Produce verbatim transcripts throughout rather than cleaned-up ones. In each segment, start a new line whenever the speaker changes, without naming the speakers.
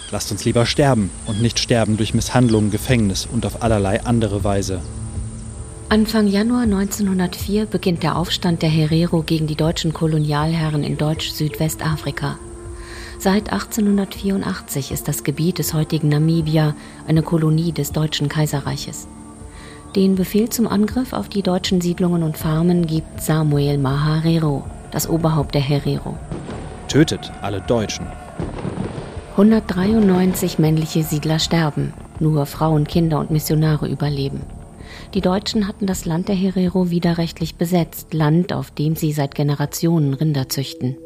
Lasst uns lieber sterben und nicht sterben durch Misshandlung, Gefängnis und auf allerlei andere Weise.
Anfang Januar neunzehnhundertvier beginnt der Aufstand der Herero gegen die deutschen Kolonialherren in Deutsch-Südwestafrika. Seit achtzehnhundertvierundachtzig ist das Gebiet des heutigen Namibia eine Kolonie des Deutschen Kaiserreiches. Den Befehl zum Angriff auf die deutschen Siedlungen und Farmen gibt Samuel Maharero, das Oberhaupt der Herero.
Tötet alle Deutschen.
hundertdreiundneunzig männliche Siedler sterben, nur Frauen, Kinder und Missionare überleben. Die Deutschen hatten das Land der Herero widerrechtlich besetzt, Land, auf dem sie seit Generationen Rinder züchten.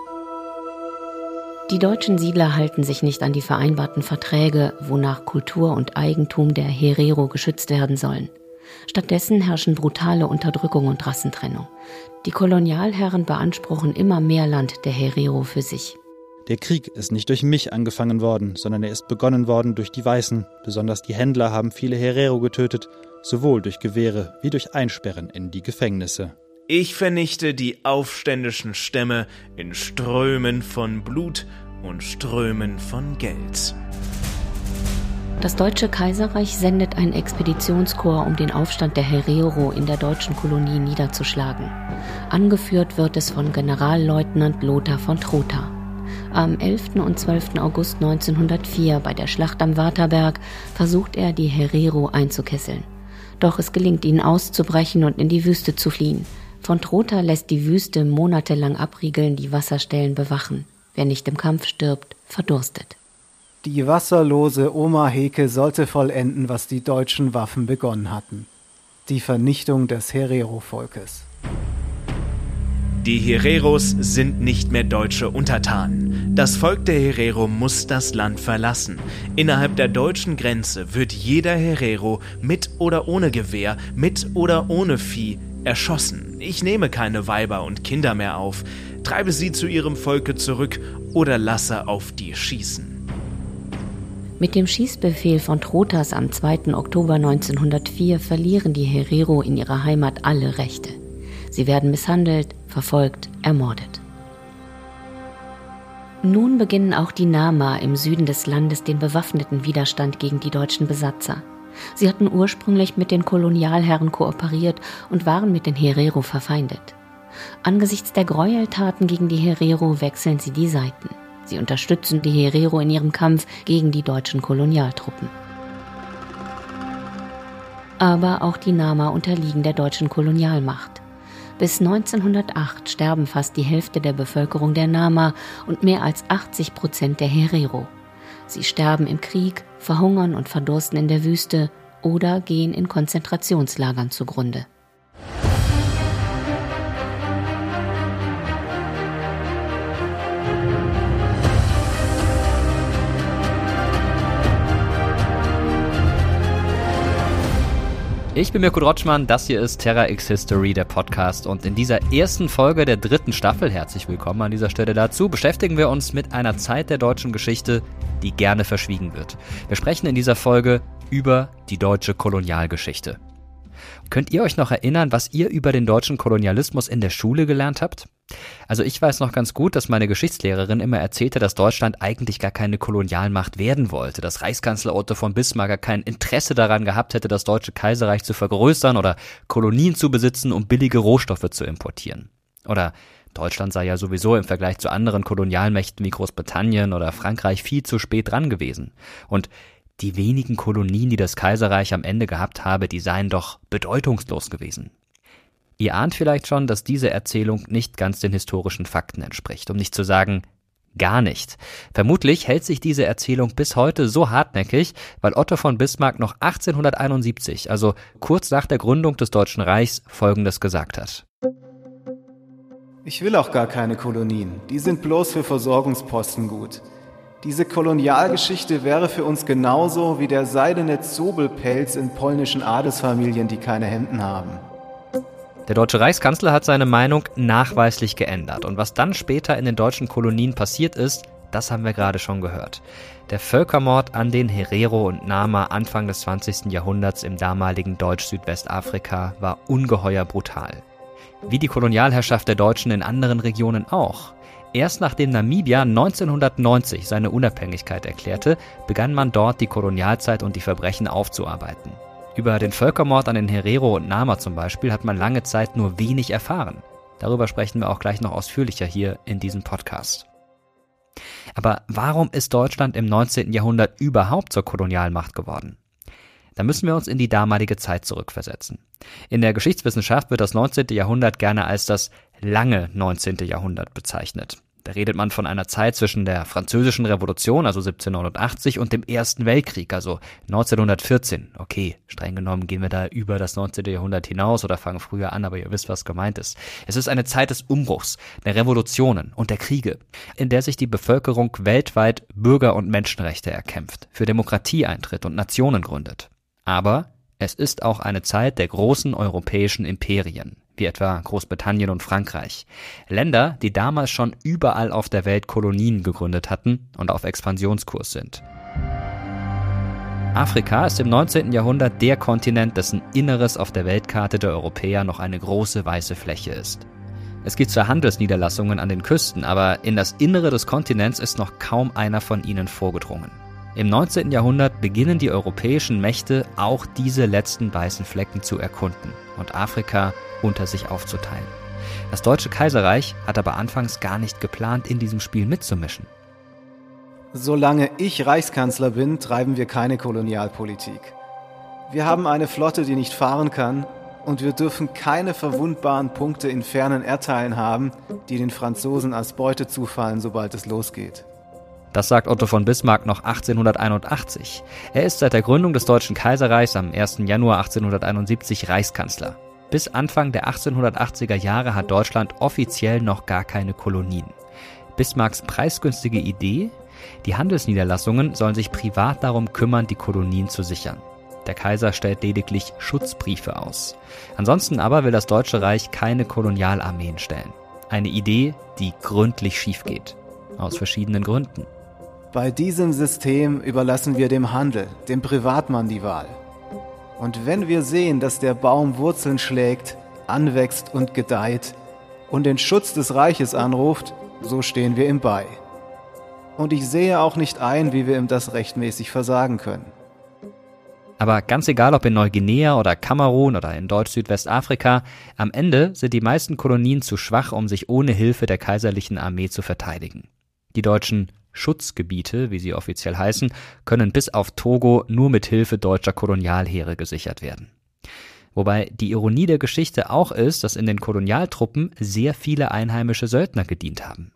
Die deutschen Siedler halten sich nicht an die vereinbarten Verträge, wonach Kultur und Eigentum der Herero geschützt werden sollen. Stattdessen herrschen brutale Unterdrückung und Rassentrennung. Die Kolonialherren beanspruchen immer mehr Land der Herero für sich.
Der Krieg ist nicht durch mich angefangen worden, sondern er ist begonnen worden durch die Weißen. Besonders die Händler haben viele Herero getötet, sowohl durch Gewehre wie durch Einsperren in die Gefängnisse.
Ich vernichte die aufständischen Stämme in Strömen von Blut und Strömen von Geld.
Das Deutsche Kaiserreich sendet einen Expeditionskorps, um den Aufstand der Herero in der deutschen Kolonie niederzuschlagen. Angeführt wird es von Generalleutnant Lothar von Trotha. Am elften und zwölften August neunzehnhundertvier bei der Schlacht am Waterberg versucht er, die Herero einzukesseln. Doch es gelingt ihnen auszubrechen und in die Wüste zu fliehen. Von Trotha lässt die Wüste monatelang abriegeln, die Wasserstellen bewachen. Wer nicht im Kampf stirbt, verdurstet.
Die wasserlose Oma Heke sollte vollenden, was die deutschen Waffen begonnen hatten. Die Vernichtung des Herero-Volkes.
Die Hereros sind nicht mehr deutsche Untertanen. Das Volk der Herero muss das Land verlassen. Innerhalb der deutschen Grenze wird jeder Herero mit oder ohne Gewehr, mit oder ohne Vieh erschossen. Ich nehme keine Weiber und Kinder mehr auf, treibe sie zu ihrem Volke zurück oder lasse auf die schießen.
Mit dem Schießbefehl von Trothas am zweiten Oktober neunzehnhundertvier verlieren die Herero in ihrer Heimat alle Rechte. Sie werden misshandelt, verfolgt, ermordet. Nun beginnen auch die Nama im Süden des Landes den bewaffneten Widerstand gegen die deutschen Besatzer. Sie hatten ursprünglich mit den Kolonialherren kooperiert und waren mit den Herero verfeindet. Angesichts der Gräueltaten gegen die Herero wechseln sie die Seiten. Sie unterstützen die Herero in ihrem Kampf gegen die deutschen Kolonialtruppen. Aber auch die Nama unterliegen der deutschen Kolonialmacht. Bis neunzehnhundertacht sterben fast die Hälfte der Bevölkerung der Nama und mehr als achtzig Prozent der Herero. Sie sterben im Krieg, verhungern und verdursten in der Wüste oder gehen in Konzentrationslagern zugrunde.
Ich bin Mirko Drotschmann, das hier ist Terra X History, der Podcast, und in dieser ersten Folge der dritten Staffel, herzlich willkommen an dieser Stelle dazu, beschäftigen wir uns mit einer Zeit der deutschen Geschichte, die gerne verschwiegen wird. Wir sprechen in dieser Folge über die deutsche Kolonialgeschichte. Könnt ihr euch noch erinnern, was ihr über den deutschen Kolonialismus in der Schule gelernt habt? Also ich weiß noch ganz gut, dass meine Geschichtslehrerin immer erzählte, dass Deutschland eigentlich gar keine Kolonialmacht werden wollte, dass Reichskanzler Otto von Bismarck gar kein Interesse daran gehabt hätte, das Deutsche Kaiserreich zu vergrößern oder Kolonien zu besitzen, um billige Rohstoffe zu importieren. Oder Deutschland sei ja sowieso im Vergleich zu anderen Kolonialmächten wie Großbritannien oder Frankreich viel zu spät dran gewesen. Und die wenigen Kolonien, die das Kaiserreich am Ende gehabt habe, die seien doch bedeutungslos gewesen. Ihr ahnt vielleicht schon, dass diese Erzählung nicht ganz den historischen Fakten entspricht, um nicht zu sagen, gar nicht. Vermutlich hält sich diese Erzählung bis heute so hartnäckig, weil Otto von Bismarck noch achtzehnhunderteinundsiebzig, also kurz nach der Gründung des Deutschen Reichs, Folgendes gesagt hat.
Ich will auch gar keine Kolonien, die sind bloß für Versorgungsposten gut. Diese Kolonialgeschichte wäre für uns genauso wie der seidene Zobelpelz in polnischen Adelsfamilien, die keine Hemden haben.
Der deutsche Reichskanzler hat seine Meinung nachweislich geändert. Und was dann später in den deutschen Kolonien passiert ist, das haben wir gerade schon gehört. Der Völkermord an den Herero und Nama Anfang des zwanzigsten Jahrhunderts im damaligen Deutsch-Südwestafrika war ungeheuer brutal. Wie die Kolonialherrschaft der Deutschen in anderen Regionen auch. Erst nachdem Namibia neunzehnhundertneunzig seine Unabhängigkeit erklärte, begann man dort die Kolonialzeit und die Verbrechen aufzuarbeiten. Über den Völkermord an den Herero und Nama zum Beispiel hat man lange Zeit nur wenig erfahren. Darüber sprechen wir auch gleich noch ausführlicher hier in diesem Podcast. Aber warum ist Deutschland im neunzehnten Jahrhundert überhaupt zur Kolonialmacht geworden? Da müssen wir uns in die damalige Zeit zurückversetzen. In der Geschichtswissenschaft wird das neunzehnte Jahrhundert gerne als das lange neunzehnte Jahrhundert bezeichnet. Da redet man von einer Zeit zwischen der Französischen Revolution, also siebzehnhundertneunundachtzig, und dem Ersten Weltkrieg, also neunzehnhundertvierzehn. Okay, streng genommen gehen wir da über das neunzehnte Jahrhundert hinaus oder fangen früher an, aber ihr wisst, was gemeint ist. Es ist eine Zeit des Umbruchs, der Revolutionen und der Kriege, in der sich die Bevölkerung weltweit Bürger- und Menschenrechte erkämpft, für Demokratie eintritt und Nationen gründet. Aber es ist auch eine Zeit der großen europäischen Imperien, wie etwa Großbritannien und Frankreich. Länder, die damals schon überall auf der Welt Kolonien gegründet hatten und auf Expansionskurs sind. Afrika ist im neunzehnten Jahrhundert der Kontinent, dessen Inneres auf der Weltkarte der Europäer noch eine große weiße Fläche ist. Es gibt zwar Handelsniederlassungen an den Küsten, aber in das Innere des Kontinents ist noch kaum einer von ihnen vorgedrungen. Im neunzehnten Jahrhundert beginnen die europäischen Mächte auch diese letzten weißen Flecken zu erkunden und Afrika unter sich aufzuteilen. Das Deutsche Kaiserreich hat aber anfangs gar nicht geplant, in diesem Spiel mitzumischen.
Solange ich Reichskanzler bin, treiben wir keine Kolonialpolitik. Wir haben eine Flotte, die nicht fahren kann, und wir dürfen keine verwundbaren Punkte in fernen Erdteilen haben, die den Franzosen als Beute zufallen, sobald es losgeht.
Das sagt Otto von Bismarck noch achtzehnhunderteinundachtzig. Er ist seit der Gründung des Deutschen Kaiserreichs am ersten Januar achtzehnhunderteinundsiebzig Reichskanzler. Bis Anfang der achtzehnhundertachtziger Jahre hat Deutschland offiziell noch gar keine Kolonien. Bismarcks preisgünstige Idee? Die Handelsniederlassungen sollen sich privat darum kümmern, die Kolonien zu sichern. Der Kaiser stellt lediglich Schutzbriefe aus. Ansonsten aber will das Deutsche Reich keine Kolonialarmeen stellen. Eine Idee, die gründlich schief geht. Aus verschiedenen Gründen.
Bei diesem System überlassen wir dem Handel, dem Privatmann die Wahl. Und wenn wir sehen, dass der Baum Wurzeln schlägt, anwächst und gedeiht und den Schutz des Reiches anruft, so stehen wir ihm bei. Und ich sehe auch nicht ein, wie wir ihm das rechtmäßig versagen können.
Aber ganz egal, ob in Neuguinea oder Kamerun oder in Deutsch-Südwestafrika, am Ende sind die meisten Kolonien zu schwach, um sich ohne Hilfe der kaiserlichen Armee zu verteidigen. Die deutschen Schutzgebiete, wie sie offiziell heißen, können bis auf Togo nur mit Hilfe deutscher Kolonialheere gesichert werden. Wobei die Ironie der Geschichte auch ist, dass in den Kolonialtruppen sehr viele einheimische Söldner gedient haben.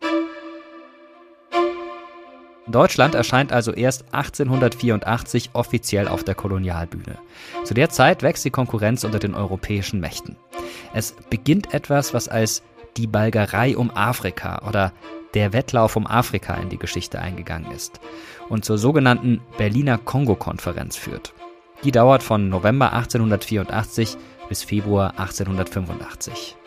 Deutschland erscheint also erst achtzehnhundertvierundachtzig offiziell auf der Kolonialbühne. Zu der Zeit wächst die Konkurrenz unter den europäischen Mächten. Es beginnt etwas, was als die Balgerei um Afrika oder der Wettlauf um Afrika in die Geschichte eingegangen ist und zur sogenannten Berliner Kongo-Konferenz führt. Die dauert von November achtzehnhundertvierundachtzig bis Februar achtzehnhundertfünfundachtzig.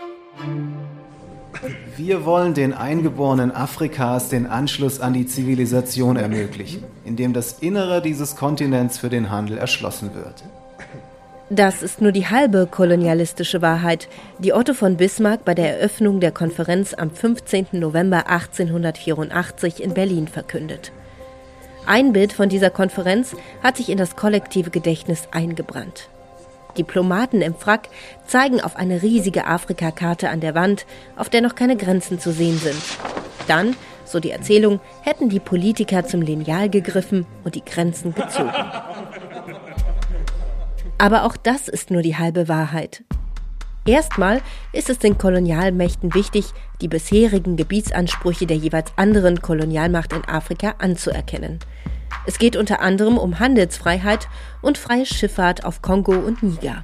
Wir wollen den Eingeborenen Afrikas den Anschluss an die Zivilisation ermöglichen, indem das Innere dieses Kontinents für den Handel erschlossen wird.
Das ist nur die halbe kolonialistische Wahrheit, die Otto von Bismarck bei der Eröffnung der Konferenz am fünfzehnten November achtzehnhundertvierundachtzig in Berlin verkündet. Ein Bild von dieser Konferenz hat sich in das kollektive Gedächtnis eingebrannt. Diplomaten im Frack zeigen auf eine riesige Afrikakarte an der Wand, auf der noch keine Grenzen zu sehen sind. Dann, so die Erzählung, hätten die Politiker zum Lineal gegriffen und die Grenzen gezogen. Aber auch das ist nur die halbe Wahrheit. Erstmal ist es den Kolonialmächten wichtig, die bisherigen Gebietsansprüche der jeweils anderen Kolonialmacht in Afrika anzuerkennen. Es geht unter anderem um Handelsfreiheit und freie Schifffahrt auf Kongo und Niger.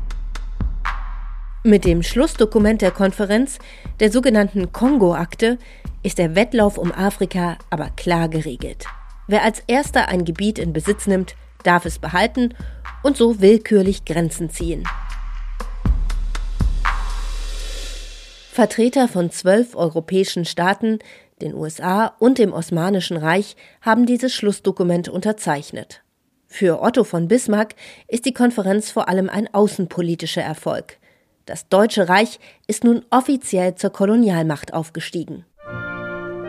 Mit dem Schlussdokument der Konferenz, der sogenannten Kongo-Akte, ist der Wettlauf um Afrika aber klar geregelt. Wer als erster ein Gebiet in Besitz nimmt, darf es behalten und so willkürlich Grenzen ziehen. Vertreter von zwölf europäischen Staaten, den U S A und dem Osmanischen Reich haben dieses Schlussdokument unterzeichnet. Für Otto von Bismarck ist die Konferenz vor allem ein außenpolitischer Erfolg. Das Deutsche Reich ist nun offiziell zur Kolonialmacht aufgestiegen.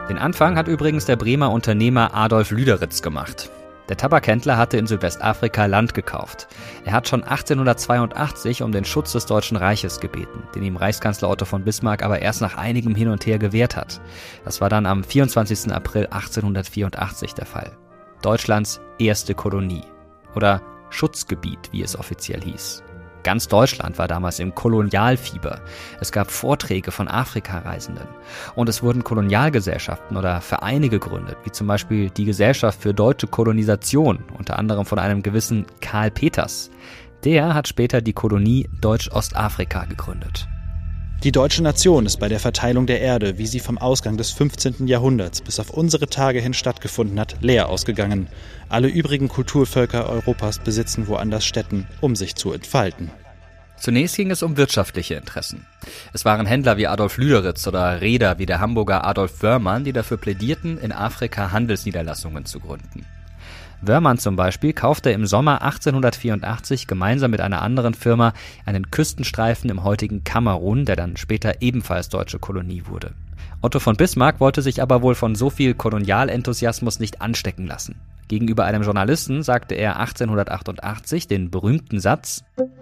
Den Anfang hat übrigens der Bremer Unternehmer Adolf Lüderitz gemacht. Der Tabakhändler hatte in Südwestafrika Land gekauft. Er hat schon achtzehnhundertzweiundachtzig um den Schutz des Deutschen Reiches gebeten, den ihm Reichskanzler Otto von Bismarck aber erst nach einigem Hin und Her gewährt hat. Das war dann am vierundzwanzigsten April achtzehnhundertvierundachtzig der Fall. Deutschlands erste Kolonie. Oder Schutzgebiet, wie es offiziell hieß. Ganz Deutschland war damals im Kolonialfieber. Es gab Vorträge von Afrikareisenden. Und es wurden Kolonialgesellschaften oder Vereine gegründet, wie zum Beispiel die Gesellschaft für deutsche Kolonisation, unter anderem von einem gewissen Karl Peters. Der hat später die Kolonie Deutsch-Ostafrika gegründet.
Die deutsche Nation ist bei der Verteilung der Erde, wie sie vom Ausgang des fünfzehnten Jahrhunderts bis auf unsere Tage hin stattgefunden hat, leer ausgegangen. Alle übrigen Kulturvölker Europas besitzen woanders Stätten, um sich zu entfalten.
Zunächst ging es um wirtschaftliche Interessen. Es waren Händler wie Adolf Lüderitz oder Reeder wie der Hamburger Adolf Wörmann, die dafür plädierten, in Afrika Handelsniederlassungen zu gründen. Wörmann zum Beispiel kaufte im Sommer achtzehnhundertvierundachtzig gemeinsam mit einer anderen Firma einen Küstenstreifen im heutigen Kamerun, der dann später ebenfalls deutsche Kolonie wurde. Otto von Bismarck wollte sich aber wohl von so viel Kolonialenthusiasmus nicht anstecken lassen. Gegenüber einem Journalisten sagte er achtzehnhundertachtundachtzig den berühmten Satz: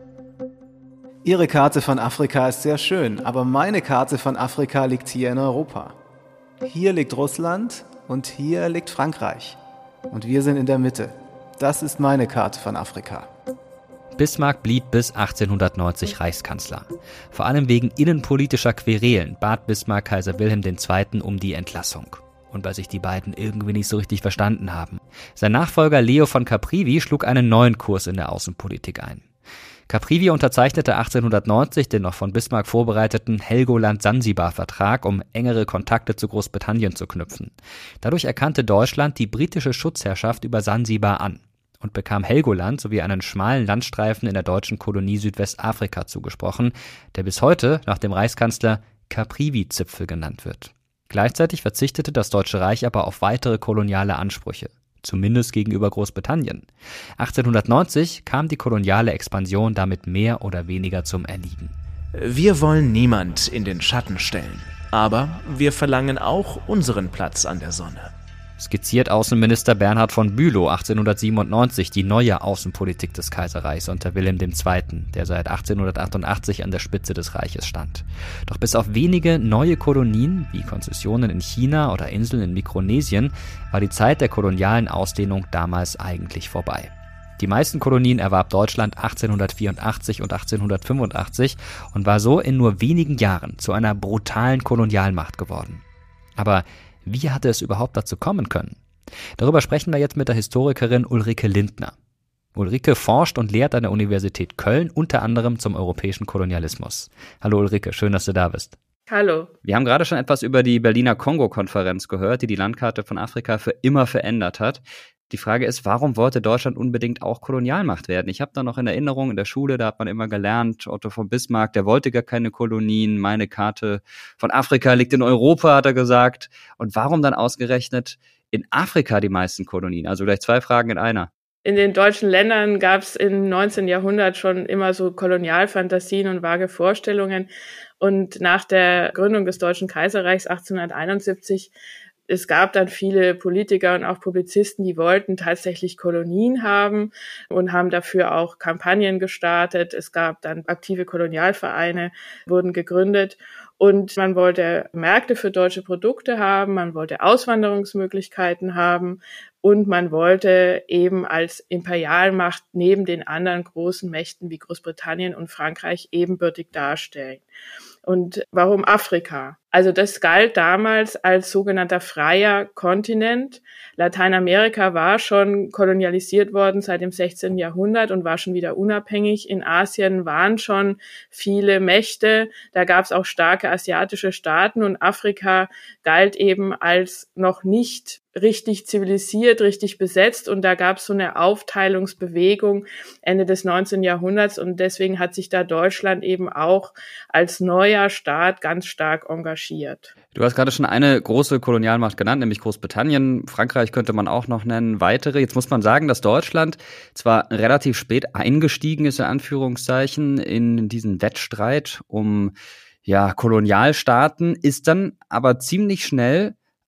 Ihre Karte von Afrika ist sehr schön, aber meine Karte von Afrika liegt hier in Europa. Hier liegt Russland und hier liegt Frankreich. Und wir sind in der Mitte. Das ist meine Karte von Afrika.
Bismarck blieb bis achtzehnhundertneunzig Reichskanzler. Vor allem wegen innenpolitischer Querelen bat Bismarck Kaiser Wilhelm der Zweite um die Entlassung. Und weil sich die beiden irgendwie nicht so richtig verstanden haben. Sein Nachfolger Leo von Caprivi schlug einen neuen Kurs in der Außenpolitik ein. Caprivi unterzeichnete achtzehnhundertneunzig den noch von Bismarck vorbereiteten Helgoland-Sansibar-Vertrag, um engere Kontakte zu Großbritannien zu knüpfen. Dadurch erkannte Deutschland die britische Schutzherrschaft über Sansibar an und bekam Helgoland sowie einen schmalen Landstreifen in der deutschen Kolonie Südwestafrika zugesprochen, der bis heute nach dem Reichskanzler Caprivi-Zipfel genannt wird. Gleichzeitig verzichtete das Deutsche Reich aber auf weitere koloniale Ansprüche. Zumindest gegenüber Großbritannien. achtzehnhundertneunzig kam die koloniale Expansion damit mehr oder weniger zum Erliegen.
Wir wollen niemand in den Schatten stellen, aber wir verlangen auch unseren Platz an der Sonne.
Skizziert Außenminister Bernhard von Bülow achtzehnhundertsiebenundneunzig die neue Außenpolitik des Kaiserreichs unter Wilhelm der Zweite., der seit achtzehnhundertachtundachtzig an der Spitze des Reiches stand. Doch bis auf wenige neue Kolonien, wie Konzessionen in China oder Inseln in Mikronesien, war die Zeit der kolonialen Ausdehnung damals eigentlich vorbei. Die meisten Kolonien erwarb Deutschland achtzehnhundertvierundachtzig und achtzehnhundertfünfundachtzig und war so in nur wenigen Jahren zu einer brutalen Kolonialmacht geworden. Aber wie hatte es überhaupt dazu kommen können? Darüber sprechen wir jetzt mit der Historikerin Ulrike Lindner. Ulrike forscht und lehrt an der Universität Köln, unter anderem zum europäischen Kolonialismus. Hallo Ulrike, schön, dass du da bist.
Hallo.
Wir haben gerade schon etwas über die Berliner Kongo-Konferenz gehört, die die Landkarte von Afrika für immer verändert hat. Die Frage ist, warum wollte Deutschland unbedingt auch Kolonialmacht werden? Ich habe da noch in Erinnerung, in der Schule, da hat man immer gelernt, Otto von Bismarck, der wollte gar keine Kolonien, meine Karte von Afrika liegt in Europa, hat er gesagt. Und warum dann ausgerechnet in Afrika die meisten Kolonien? Also gleich zwei Fragen in einer.
In den deutschen Ländern gab es im neunzehnten Jahrhundert schon immer so Kolonialfantasien und vage Vorstellungen. Und nach der Gründung des Deutschen Kaiserreichs achtzehnhunderteinundsiebzig es gab dann viele Politiker und auch Publizisten, die wollten tatsächlich Kolonien haben und haben dafür auch Kampagnen gestartet. Es gab dann aktive Kolonialvereine, wurden gegründet und man wollte Märkte für deutsche Produkte haben, man wollte Auswanderungsmöglichkeiten haben und man wollte eben als Imperialmacht neben den anderen großen Mächten wie Großbritannien und Frankreich ebenbürtig darstellen. Und warum Afrika? Also das galt damals als sogenannter freier Kontinent. Lateinamerika war schon kolonialisiert worden seit dem sechzehnten Jahrhundert und war schon wieder unabhängig. In Asien waren schon viele Mächte. Da gab es auch starke asiatische Staaten und Afrika galt eben als noch nicht richtig zivilisiert, richtig besetzt und da gab es so eine Aufteilungsbewegung Ende des neunzehnten Jahrhunderts und deswegen hat sich da Deutschland eben auch als neuer Staat ganz stark engagiert.
Du hast gerade schon eine große Kolonialmacht genannt, nämlich Großbritannien. Frankreich könnte man auch noch nennen, weitere. Jetzt muss man sagen, dass Deutschland zwar relativ spät eingestiegen ist, in Anführungszeichen, in diesen Wettstreit um ja Kolonialstaaten, ist dann aber ziemlich schnell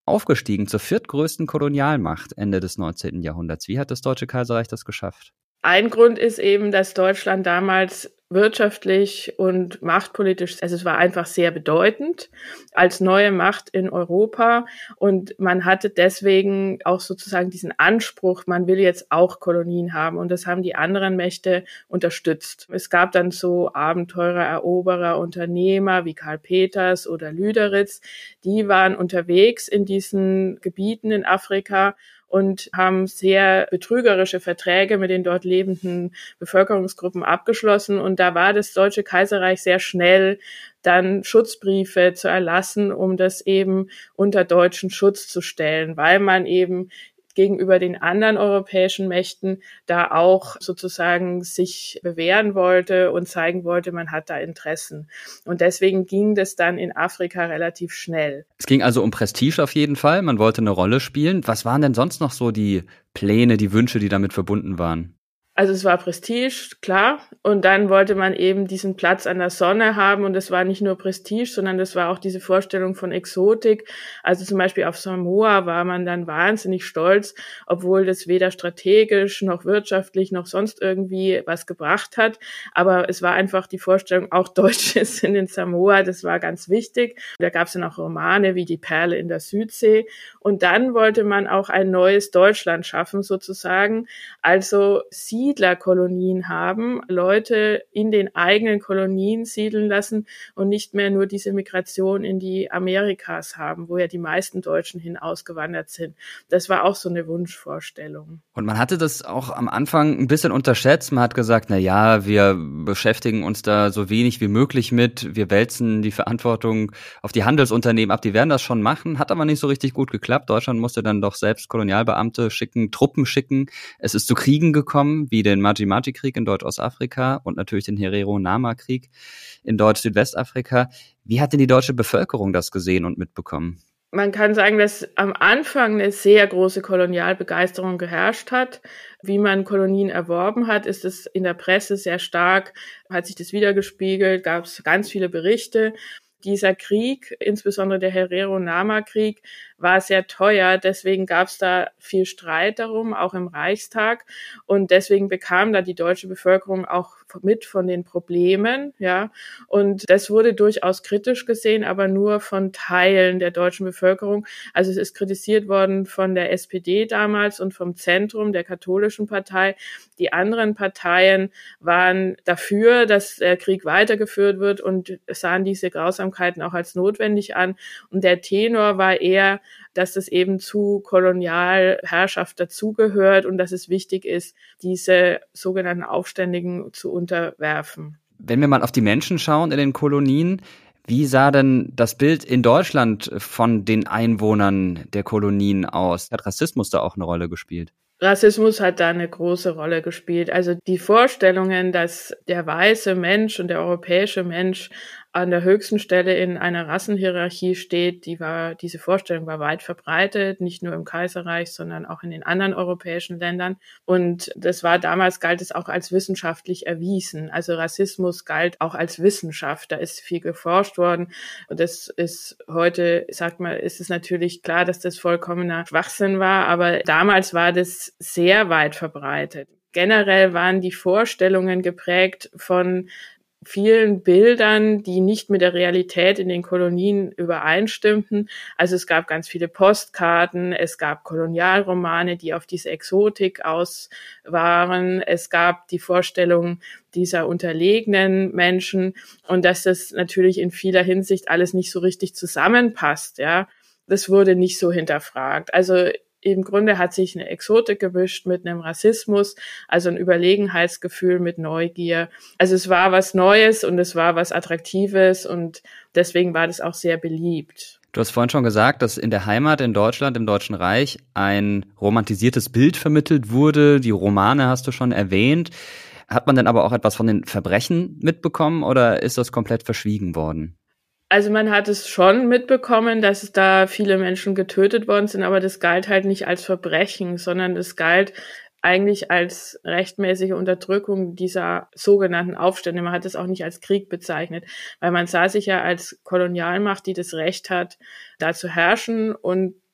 aufgestiegen zur viertgrößten Kolonialmacht Ende des neunzehnten Jahrhunderts. Wie hat das Deutsche Kaiserreich das geschafft?
Ein Grund ist eben, dass Deutschland damals wirtschaftlich und machtpolitisch, also es war einfach sehr bedeutend als neue Macht in Europa und man hatte deswegen auch sozusagen diesen Anspruch, man will jetzt auch Kolonien haben und das haben die anderen Mächte unterstützt. Es gab dann so Abenteurer, Eroberer, Unternehmer wie Karl Peters oder Lüderitz, die waren unterwegs in diesen Gebieten in Afrika und haben sehr betrügerische Verträge mit den dort lebenden Bevölkerungsgruppen abgeschlossen. Und da war das Deutsche Kaiserreich sehr schnell, dann Schutzbriefe zu erlassen, um das eben unter deutschen Schutz zu stellen, weil man eben gegenüber den anderen europäischen Mächten da auch sozusagen sich bewähren wollte und zeigen wollte, man hat da Interessen. Und deswegen ging das dann in Afrika relativ schnell.
Es ging also um Prestige auf jeden Fall, man wollte eine Rolle spielen. Was waren denn sonst noch so die Pläne, die Wünsche, die damit verbunden waren?
Also es war Prestige, klar. Und dann wollte man eben diesen Platz an der Sonne haben. Und es war nicht nur Prestige, sondern das war auch diese Vorstellung von Exotik. Also zum Beispiel auf Samoa war man dann wahnsinnig stolz, obwohl das weder strategisch noch wirtschaftlich noch sonst irgendwie was gebracht hat. Aber es war einfach die Vorstellung, auch Deutsche sind in Samoa. Das war ganz wichtig. Da gab es dann auch Romane wie Die Perle in der Südsee. Und dann wollte man auch ein neues Deutschland schaffen sozusagen. Also sie Siedlerkolonien haben, Leute in den eigenen Kolonien siedeln lassen und nicht mehr nur diese Migration in die Amerikas haben, wo ja die meisten Deutschen hin ausgewandert sind. Das war auch so eine Wunschvorstellung.
Und man hatte das auch am Anfang ein bisschen unterschätzt. Man hat gesagt, na ja, wir beschäftigen uns da so wenig wie möglich mit. Wir wälzen die Verantwortung auf die Handelsunternehmen ab. Die werden das schon machen. Hat aber nicht so richtig gut geklappt. Deutschland musste dann doch selbst Kolonialbeamte schicken, Truppen schicken. Es ist zu Kriegen gekommen, wie den Maji-Maji-Krieg in Deutsch-Ostafrika und natürlich den Herero-Nama-Krieg in Deutsch-Südwestafrika. Wie hat denn die deutsche Bevölkerung das gesehen und mitbekommen?
Man kann sagen, dass am Anfang eine sehr große Kolonialbegeisterung geherrscht hat. Wie man Kolonien erworben hat, ist es in der Presse sehr stark, hat sich das wiedergespiegelt, gab es ganz viele Berichte. Dieser Krieg, insbesondere der Herero-Nama-Krieg, war sehr teuer. Deswegen gab es da viel Streit darum, auch im Reichstag. Und deswegen bekam da die deutsche Bevölkerung auch mit von den Problemen, ja. Und das wurde durchaus kritisch gesehen, aber nur von Teilen der deutschen Bevölkerung. Also es ist kritisiert worden von der S P D damals und vom Zentrum der katholischen Partei. Die anderen Parteien waren dafür, dass der Krieg weitergeführt wird und sahen diese Grausamkeiten auch als notwendig an. Und der Tenor war eher, dass es eben zu Kolonialherrschaft dazugehört und dass es wichtig ist, diese sogenannten Aufständigen zu unterwerfen.
Wenn wir mal auf die Menschen schauen in den Kolonien, wie sah denn das Bild in Deutschland von den Einwohnern der Kolonien aus? Hat Rassismus da auch eine Rolle gespielt?
Rassismus hat da eine große Rolle gespielt. Also die Vorstellungen, dass der weiße Mensch und der europäische Mensch an der höchsten Stelle in einer Rassenhierarchie steht, die war, diese Vorstellung war weit verbreitet, nicht nur im Kaiserreich, sondern auch in den anderen europäischen Ländern. Und das war damals, galt es auch als wissenschaftlich erwiesen. Also Rassismus galt auch als Wissenschaft. Da ist viel geforscht worden. Und das ist heute, sagt man, ist es natürlich klar, dass das vollkommener Schwachsinn war. Aber damals war das sehr weit verbreitet. Generell waren die Vorstellungen geprägt von vielen Bildern, die nicht mit der Realität in den Kolonien übereinstimmten. Also es gab ganz viele Postkarten, es gab Kolonialromane, die auf diese Exotik aus waren. Es gab die Vorstellung dieser unterlegenen Menschen und dass das natürlich in vieler Hinsicht alles nicht so richtig zusammenpasst, ja. Das wurde nicht so hinterfragt. Also im Grunde hat sich eine Exotik gemischt mit einem Rassismus, also ein Überlegenheitsgefühl mit Neugier. Also es war was Neues und es war was Attraktives und deswegen war das auch sehr beliebt.
Du hast vorhin schon gesagt, dass in der Heimat in Deutschland, im Deutschen Reich, ein romantisiertes Bild vermittelt wurde. Die Romane hast du schon erwähnt. Hat man denn aber auch etwas von den Verbrechen mitbekommen oder ist das komplett verschwiegen worden?
Also man hat es schon mitbekommen, dass es da viele Menschen getötet worden sind, aber das galt halt nicht als Verbrechen, sondern es galt eigentlich als rechtmäßige Unterdrückung dieser sogenannten Aufstände. Man hat es auch nicht als Krieg bezeichnet, weil man sah sich ja als Kolonialmacht, die das Recht hat, da zu herrschen und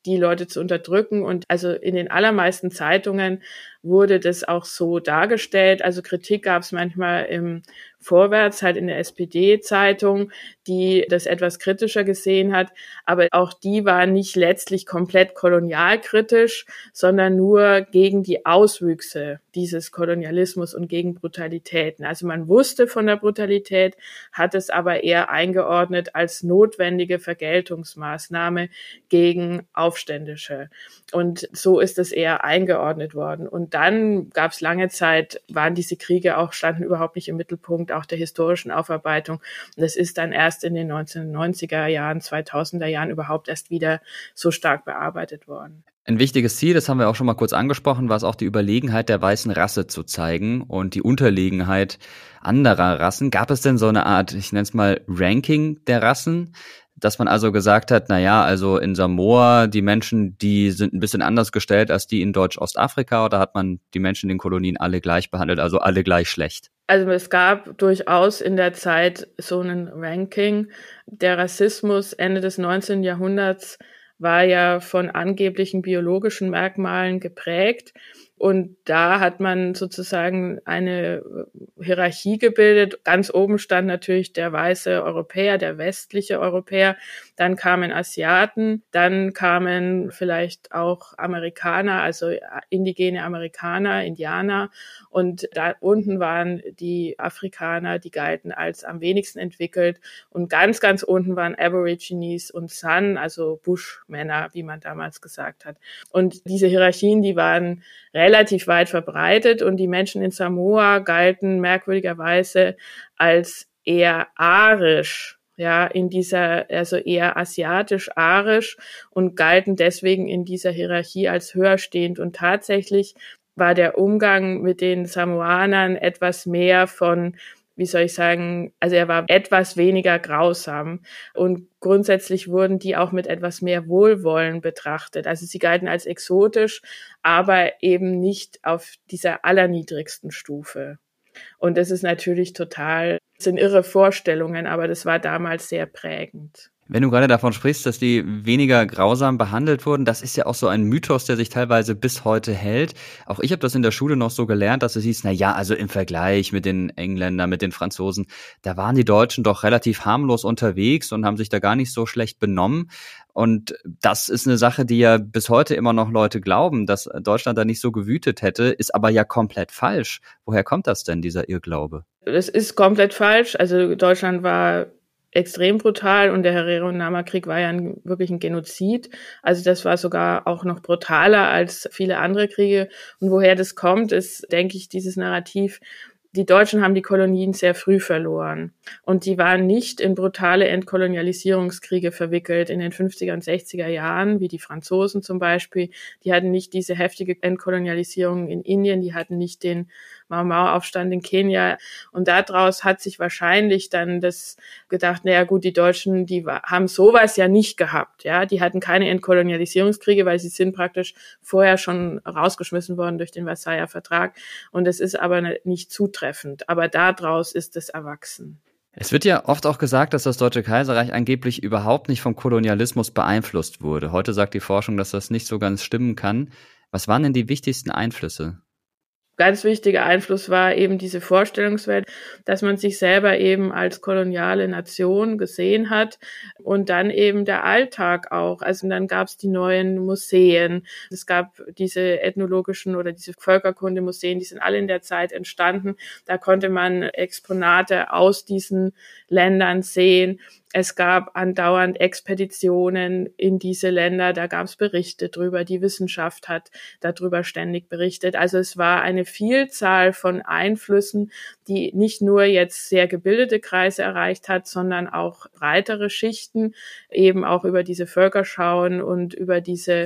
die Leute zu unterdrücken. Und also in den allermeisten Zeitungen wurde das auch so dargestellt. Also Kritik gab es manchmal im Vorwärts, halt in der S P D-Zeitung, die das etwas kritischer gesehen hat. Aber auch die war nicht letztlich komplett kolonialkritisch, sondern nur gegen die Auswüchse dieses Kolonialismus und gegen Brutalitäten. Also man wusste von der Brutalität, hat es aber eher eingeordnet als notwendige Vergeltungsmaßnahme gegen Aufständische. Und so ist es eher eingeordnet worden. Und dann gab es lange Zeit, waren diese Kriege auch, standen überhaupt nicht im Mittelpunkt auch der historischen Aufarbeitung. Und das ist dann erst in den neunzehnhundertneunziger Jahren, zweitausender Jahren überhaupt erst wieder so stark bearbeitet worden.
Ein wichtiges Ziel, das haben wir auch schon mal kurz angesprochen, war es auch die Überlegenheit der weißen Rasse zu zeigen und die Unterlegenheit anderer Rassen. Gab es denn so eine Art, ich nenne es mal Ranking der Rassen, dass man also gesagt hat, na ja, also in Samoa, die Menschen, die sind ein bisschen anders gestellt als die in Deutsch-Ostafrika, oder hat man die Menschen in den Kolonien alle gleich behandelt, also alle gleich schlecht?
Also es gab durchaus in der Zeit so ein Ranking. Der Rassismus Ende des neunzehnten Jahrhunderts war ja von angeblichen biologischen Merkmalen geprägt. Und da hat man sozusagen eine Hierarchie gebildet. Ganz oben stand natürlich der weiße Europäer, der westliche Europäer. Dann kamen Asiaten, dann kamen vielleicht auch Amerikaner, also indigene Amerikaner, Indianer. Und da unten waren die Afrikaner, die galten als am wenigsten entwickelt. Und ganz, ganz unten waren Aborigines und San, also Buschmänner, wie man damals gesagt hat. Und diese Hierarchien, die waren relativ weit verbreitet, und die Menschen in Samoa galten merkwürdigerweise als eher arisch, ja, in dieser, also eher asiatisch-arisch, und galten deswegen in dieser Hierarchie als höherstehend. Und tatsächlich war der Umgang mit den Samoanern etwas mehr von, wie soll ich sagen, also er war etwas weniger grausam, und grundsätzlich wurden die auch mit etwas mehr Wohlwollen betrachtet. Also sie galten als exotisch, aber eben nicht auf dieser allerniedrigsten Stufe. Und das ist natürlich total, das sind irre Vorstellungen, aber das war damals sehr prägend.
Wenn du gerade davon sprichst, dass die weniger grausam behandelt wurden, das ist ja auch so ein Mythos, der sich teilweise bis heute hält. Auch ich habe das in der Schule noch so gelernt, dass es hieß, na ja, also im Vergleich mit den Engländern, mit den Franzosen, da waren die Deutschen doch relativ harmlos unterwegs und haben sich da gar nicht so schlecht benommen. Und das ist eine Sache, die ja bis heute immer noch Leute glauben, dass Deutschland da nicht so gewütet hätte, ist aber ja komplett falsch. Woher kommt das denn, dieser Irrglaube?
Das ist komplett falsch. Also Deutschland war extrem brutal, und der Herero-Nama-Krieg war ja ein, wirklich ein Genozid. Also das war sogar auch noch brutaler als viele andere Kriege. Und woher das kommt, ist, denke ich, dieses Narrativ, die Deutschen haben die Kolonien sehr früh verloren, und die waren nicht in brutale Entkolonialisierungskriege verwickelt in den fünfziger und sechziger Jahren, wie die Franzosen zum Beispiel. Die hatten nicht diese heftige Entkolonialisierung in Indien, die hatten nicht den Mau-Mau-Aufstand in Kenia, und daraus hat sich wahrscheinlich dann das gedacht, naja gut, die Deutschen, die haben sowas ja nicht gehabt, ja, die hatten keine Entkolonialisierungskriege, weil sie sind praktisch vorher schon rausgeschmissen worden durch den Versailler Vertrag, und es ist aber nicht zutreffend, aber daraus ist es erwachsen.
Es wird ja oft auch gesagt, dass das Deutsche Kaiserreich angeblich überhaupt nicht vom Kolonialismus beeinflusst wurde. Heute sagt die Forschung, dass das nicht so ganz stimmen kann. Was waren denn die wichtigsten Einflüsse?
Ganz wichtiger Einfluss war eben diese Vorstellungswelt, dass man sich selber eben als koloniale Nation gesehen hat, und dann eben der Alltag auch. Also dann gab es die neuen Museen, es gab diese ethnologischen oder diese Völkerkundemuseen, die sind alle in der Zeit entstanden. Da konnte man Exponate aus diesen Ländern sehen. Es gab andauernd Expeditionen in diese Länder, da gab es Berichte drüber, die Wissenschaft hat darüber ständig berichtet. Also es war eine Vielzahl von Einflüssen, die nicht nur jetzt sehr gebildete Kreise erreicht hat, sondern auch breitere Schichten, eben auch über diese Völkerschauen und über diese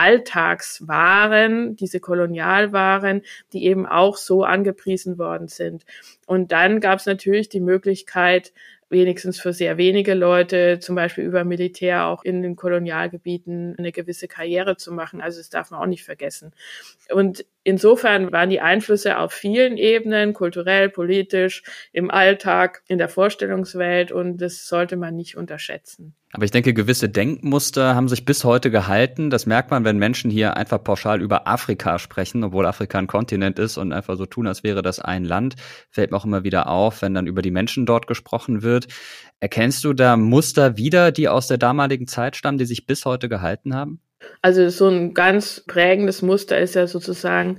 Alltagswaren, diese Kolonialwaren, die eben auch so angepriesen worden sind. Und dann gab es natürlich die Möglichkeit, wenigstens für sehr wenige Leute, zum Beispiel über Militär auch in den Kolonialgebieten eine gewisse Karriere zu machen. Also das darf man auch nicht vergessen. Und Insofern waren die Einflüsse auf vielen Ebenen, kulturell, politisch, im Alltag, in der Vorstellungswelt, und das sollte man nicht unterschätzen.
Aber ich denke, gewisse Denkmuster haben sich bis heute gehalten. Das merkt man, wenn Menschen hier einfach pauschal über Afrika sprechen, obwohl Afrika ein Kontinent ist, und einfach so tun, als wäre das ein Land. Fällt mir auch immer wieder auf, wenn dann über die Menschen dort gesprochen wird. Erkennst du da Muster wieder, die aus der damaligen Zeit stammen, die sich bis heute gehalten haben?
Also so ein ganz prägendes Muster ist ja sozusagen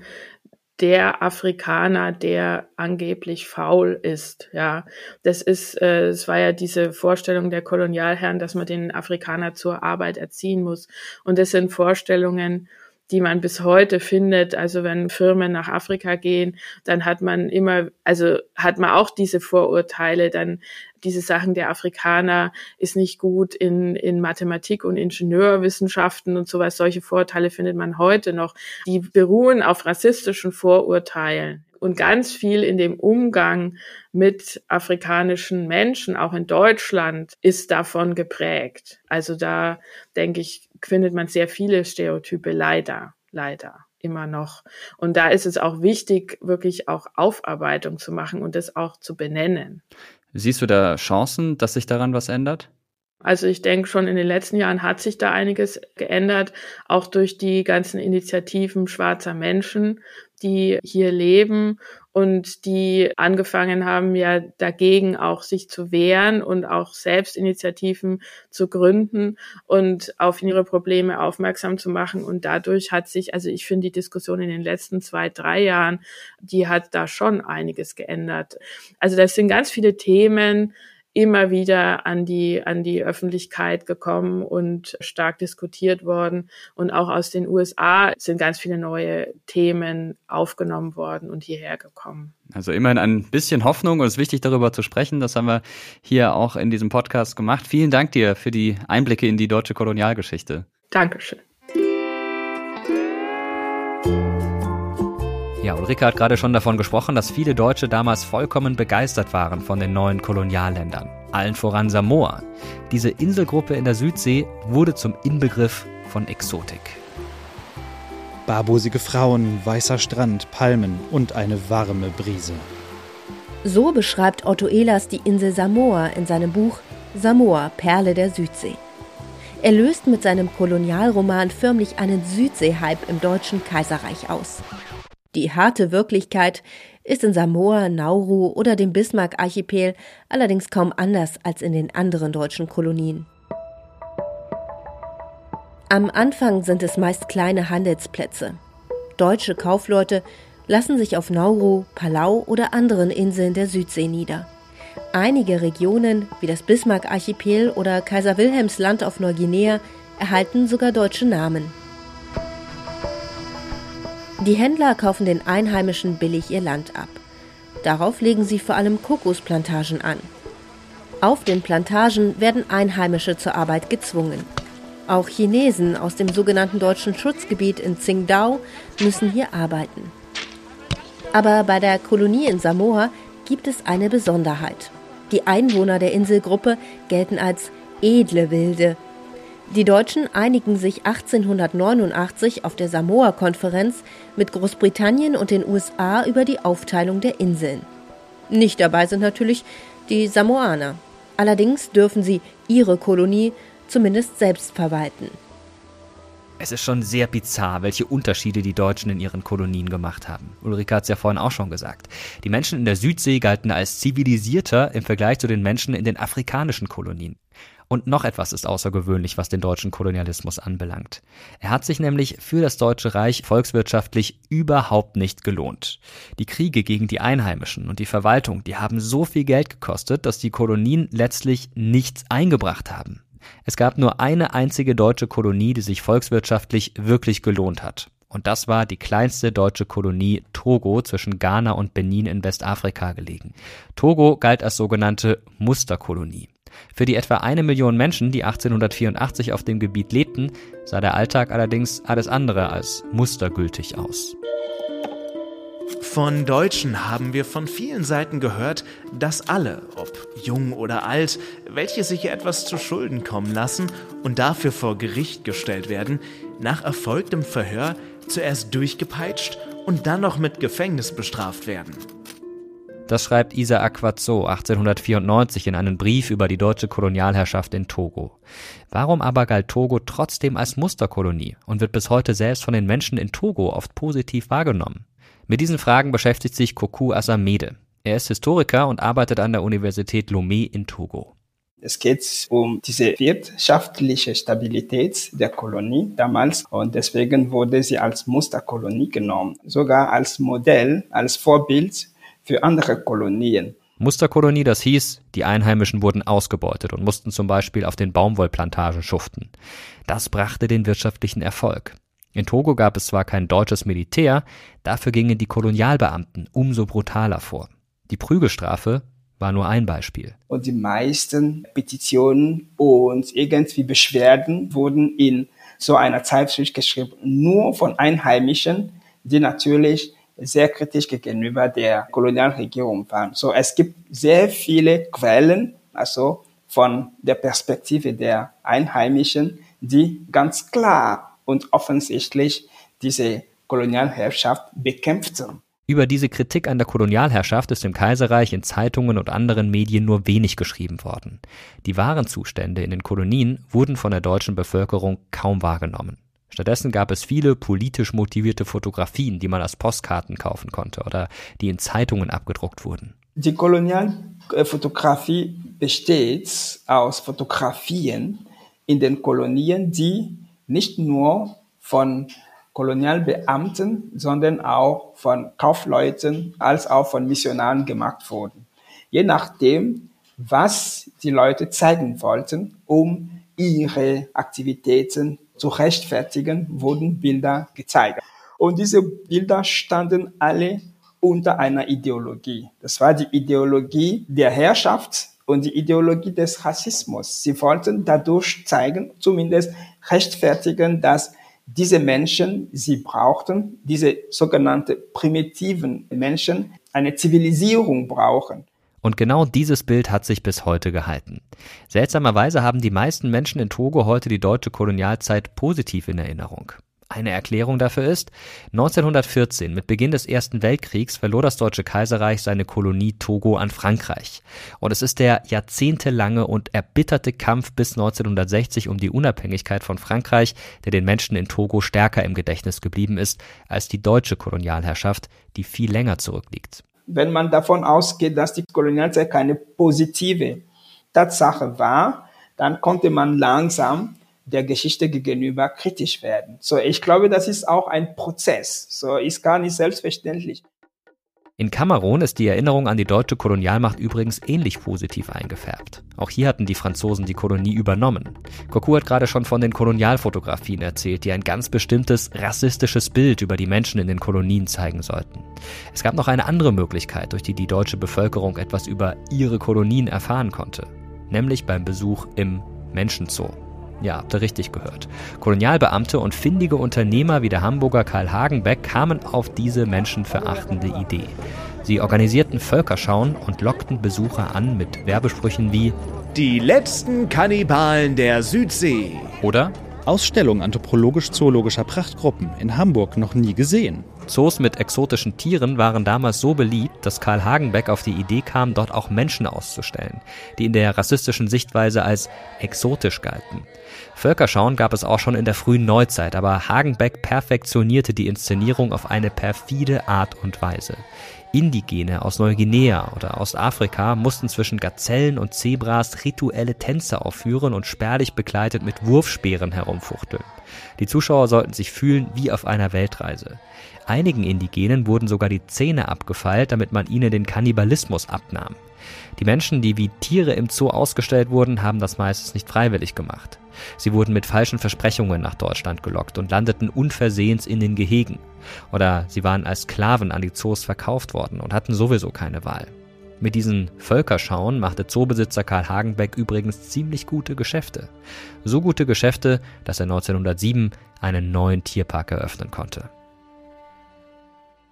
der Afrikaner, der angeblich faul ist. Ja, das ist, äh, es war ja diese Vorstellung der Kolonialherren, dass man den Afrikaner zur Arbeit erziehen muss. Und das sind Vorstellungen, die man bis heute findet. Also wenn Firmen nach Afrika gehen, dann hat man immer, also hat man auch diese Vorurteile, dann diese Sachen, der Afrikaner ist nicht gut in, in Mathematik und Ingenieurwissenschaften und sowas. Solche Vorurteile findet man heute noch. Die beruhen auf rassistischen Vorurteilen. Und ganz viel in dem Umgang mit afrikanischen Menschen, auch in Deutschland, ist davon geprägt. Also da, denke ich, findet man sehr viele Stereotype, leider, leider immer noch. Und da ist es auch wichtig, wirklich auch Aufarbeitung zu machen und das auch zu benennen.
Siehst du da Chancen, dass sich daran was ändert?
Also ich denke, schon in den letzten Jahren hat sich da einiges geändert, auch durch die ganzen Initiativen schwarzer Menschen, die hier leben und die angefangen haben, ja dagegen auch sich zu wehren und auch Selbstinitiativen zu gründen und auf ihre Probleme aufmerksam zu machen. Und dadurch hat sich, also ich finde die Diskussion in den letzten zwei, drei Jahren, die hat da schon einiges geändert. Also das sind ganz viele Themen, immer wieder an die, an die Öffentlichkeit gekommen und stark diskutiert worden. Und auch aus den U S A sind ganz viele neue Themen aufgenommen worden und hierher gekommen.
Also immerhin ein bisschen Hoffnung, und es ist wichtig, darüber zu sprechen. Das haben wir hier auch in diesem Podcast gemacht. Vielen Dank dir für die Einblicke in die deutsche Kolonialgeschichte.
Dankeschön.
Ja, Ulrike hat gerade schon davon gesprochen, dass viele Deutsche damals vollkommen begeistert waren von den neuen Kolonialländern. Allen voran Samoa. Diese Inselgruppe in der Südsee wurde zum Inbegriff von Exotik.
Barbusige Frauen, weißer Strand, Palmen und eine warme Brise.
So beschreibt Otto Ehlers die Insel Samoa in seinem Buch Samoa, Perle der Südsee. Er löst mit seinem Kolonialroman förmlich einen Südsee-Hype im Deutschen Kaiserreich aus. Die harte Wirklichkeit ist in Samoa, Nauru oder dem Bismarck-Archipel allerdings kaum anders als in den anderen deutschen Kolonien. Am Anfang sind es meist kleine Handelsplätze. Deutsche Kaufleute lassen sich auf Nauru, Palau oder anderen Inseln der Südsee nieder. Einige Regionen, wie das Bismarck-Archipel oder Kaiser Wilhelms Land auf Neuguinea, erhalten sogar deutsche Namen. Die Händler kaufen den Einheimischen billig ihr Land ab. Darauf legen sie vor allem Kokosplantagen an. Auf den Plantagen werden Einheimische zur Arbeit gezwungen. Auch Chinesen aus dem sogenannten deutschen Schutzgebiet in Qingdao müssen hier arbeiten. Aber bei der Kolonie in Samoa gibt es eine Besonderheit. Die Einwohner der Inselgruppe gelten als edle Wilde. Die Deutschen einigen sich achtzehnhundertneunundachtzig auf der Samoa-Konferenz mit Großbritannien und den U S A über die Aufteilung der Inseln. Nicht dabei sind natürlich die Samoaner. Allerdings dürfen sie ihre Kolonie zumindest selbst verwalten.
Es ist schon sehr bizarr, welche Unterschiede die Deutschen in ihren Kolonien gemacht haben. Ulrike hat es ja vorhin auch schon gesagt. Die Menschen in der Südsee galten als zivilisierter im Vergleich zu den Menschen in den afrikanischen Kolonien. Und noch etwas ist außergewöhnlich, was den deutschen Kolonialismus anbelangt. Er hat sich nämlich für das Deutsche Reich volkswirtschaftlich überhaupt nicht gelohnt. Die Kriege gegen die Einheimischen und die Verwaltung, die haben so viel Geld gekostet, dass die Kolonien letztlich nichts eingebracht haben. Es gab nur eine einzige deutsche Kolonie, die sich volkswirtschaftlich wirklich gelohnt hat. Und das war die kleinste deutsche Kolonie Togo zwischen Ghana und Benin in Westafrika gelegen. Togo galt als sogenannte Musterkolonie. Für die etwa eine Million Menschen, die achtzehnhundertvierundachtzig auf dem Gebiet lebten, sah der Alltag allerdings alles andere als mustergültig aus.
Von Deutschen haben wir von vielen Seiten gehört, dass alle, ob jung oder alt, welche sich etwas zu Schulden kommen lassen und dafür vor Gericht gestellt werden, nach erfolgtem Verhör zuerst durchgepeitscht und dann noch mit Gefängnis bestraft werden.
Das schreibt Isaac Quatso achtzehnhundertvierundneunzig in einen Brief über die deutsche Kolonialherrschaft in Togo. Warum aber galt Togo trotzdem als Musterkolonie und wird bis heute selbst von den Menschen in Togo oft positiv wahrgenommen? Mit diesen Fragen beschäftigt sich Kokou Asamede. Er ist Historiker und arbeitet an der Universität Lomé in Togo.
Es geht um diese wirtschaftliche Stabilität der Kolonie damals und deswegen wurde sie als Musterkolonie genommen, sogar als Modell, als Vorbild für andere Kolonien.
Musterkolonie, das hieß, die Einheimischen wurden ausgebeutet und mussten zum Beispiel auf den Baumwollplantagen schuften. Das brachte den wirtschaftlichen Erfolg. In Togo gab es zwar kein deutsches Militär, dafür gingen die Kolonialbeamten umso brutaler vor. Die Prügelstrafe war nur ein Beispiel.
Und die meisten Petitionen und irgendwie Beschwerden wurden in so einer Zeitschrift geschrieben, nur von Einheimischen, die natürlich sehr kritisch gegenüber der Kolonialregierung waren. So, es gibt sehr viele Quellen, also von der Perspektive der Einheimischen, die ganz klar und offensichtlich diese Kolonialherrschaft bekämpften.
Über diese Kritik an der Kolonialherrschaft ist im Kaiserreich in Zeitungen und anderen Medien nur wenig geschrieben worden. Die wahren Zustände in den Kolonien wurden von der deutschen Bevölkerung kaum wahrgenommen. Stattdessen gab es viele politisch motivierte Fotografien, die man als Postkarten kaufen konnte oder die in Zeitungen abgedruckt wurden.
Die Kolonialfotografie besteht aus Fotografien in den Kolonien, die nicht nur von Kolonialbeamten, sondern auch von Kaufleuten als auch von Missionaren gemacht wurden. Je nachdem, was die Leute zeigen wollten, um ihre Aktivitäten zu rechtfertigen, wurden Bilder gezeigt. Und diese Bilder standen alle unter einer Ideologie. Das war die Ideologie der Herrschaft und die Ideologie des Rassismus. Sie wollten dadurch zeigen, zumindest rechtfertigen, dass diese Menschen, sie brauchten, diese sogenannten primitiven Menschen, eine Zivilisierung brauchen.
Und genau dieses Bild hat sich bis heute gehalten. Seltsamerweise haben die meisten Menschen in Togo heute die deutsche Kolonialzeit positiv in Erinnerung. Eine Erklärung dafür ist, neunzehnhundertvierzehn, mit Beginn des Ersten Weltkriegs, verlor das Deutsche Kaiserreich seine Kolonie Togo an Frankreich. Und es ist der jahrzehntelange und erbitterte Kampf bis neunzehnhundertsechzig um die Unabhängigkeit von Frankreich, der den Menschen in Togo stärker im Gedächtnis geblieben ist als die deutsche Kolonialherrschaft, die viel länger zurückliegt.
Wenn man davon ausgeht, dass die Kolonialzeit keine positive Tatsache war, dann konnte man langsam der Geschichte gegenüber kritisch werden. So, ich glaube, das ist auch ein Prozess. So, ist gar nicht selbstverständlich.
In Kamerun ist die Erinnerung an die deutsche Kolonialmacht übrigens ähnlich positiv eingefärbt. Auch hier hatten die Franzosen die Kolonie übernommen. Kokou hat gerade schon von den Kolonialfotografien erzählt, die ein ganz bestimmtes rassistisches Bild über die Menschen in den Kolonien zeigen sollten. Es gab noch eine andere Möglichkeit, durch die die deutsche Bevölkerung etwas über ihre Kolonien erfahren konnte. Nämlich beim Besuch im Menschenzoo. Ja, habt ihr richtig gehört. Kolonialbeamte und findige Unternehmer wie der Hamburger Karl Hagenbeck kamen auf diese menschenverachtende Idee. Sie organisierten Völkerschauen und lockten Besucher an mit Werbesprüchen wie
Die letzten Kannibalen der Südsee
oder
Ausstellung anthropologisch-zoologischer Prachtgruppen in Hamburg noch nie gesehen.
Zoos mit exotischen Tieren waren damals so beliebt, dass Karl Hagenbeck auf die Idee kam, dort auch Menschen auszustellen, die in der rassistischen Sichtweise als exotisch galten. Völkerschauen gab es auch schon in der frühen Neuzeit, aber Hagenbeck perfektionierte die Inszenierung auf eine perfide Art und Weise. Indigene aus Neuguinea oder Ostafrika mussten zwischen Gazellen und Zebras rituelle Tänze aufführen und spärlich begleitet mit Wurfspeeren herumfuchteln. Die Zuschauer sollten sich fühlen wie auf einer Weltreise. Einigen Indigenen wurden sogar die Zähne abgefeilt, damit man ihnen den Kannibalismus abnahm. Die Menschen, die wie Tiere im Zoo ausgestellt wurden, haben das meistens nicht freiwillig gemacht. Sie wurden mit falschen Versprechungen nach Deutschland gelockt und landeten unversehens in den Gehegen. Oder sie waren als Sklaven an die Zoos verkauft worden und hatten sowieso keine Wahl. Mit diesen Völkerschauen machte Zoobesitzer Karl Hagenbeck übrigens ziemlich gute Geschäfte. So gute Geschäfte, dass er neunzehnhundertsieben einen neuen Tierpark eröffnen konnte.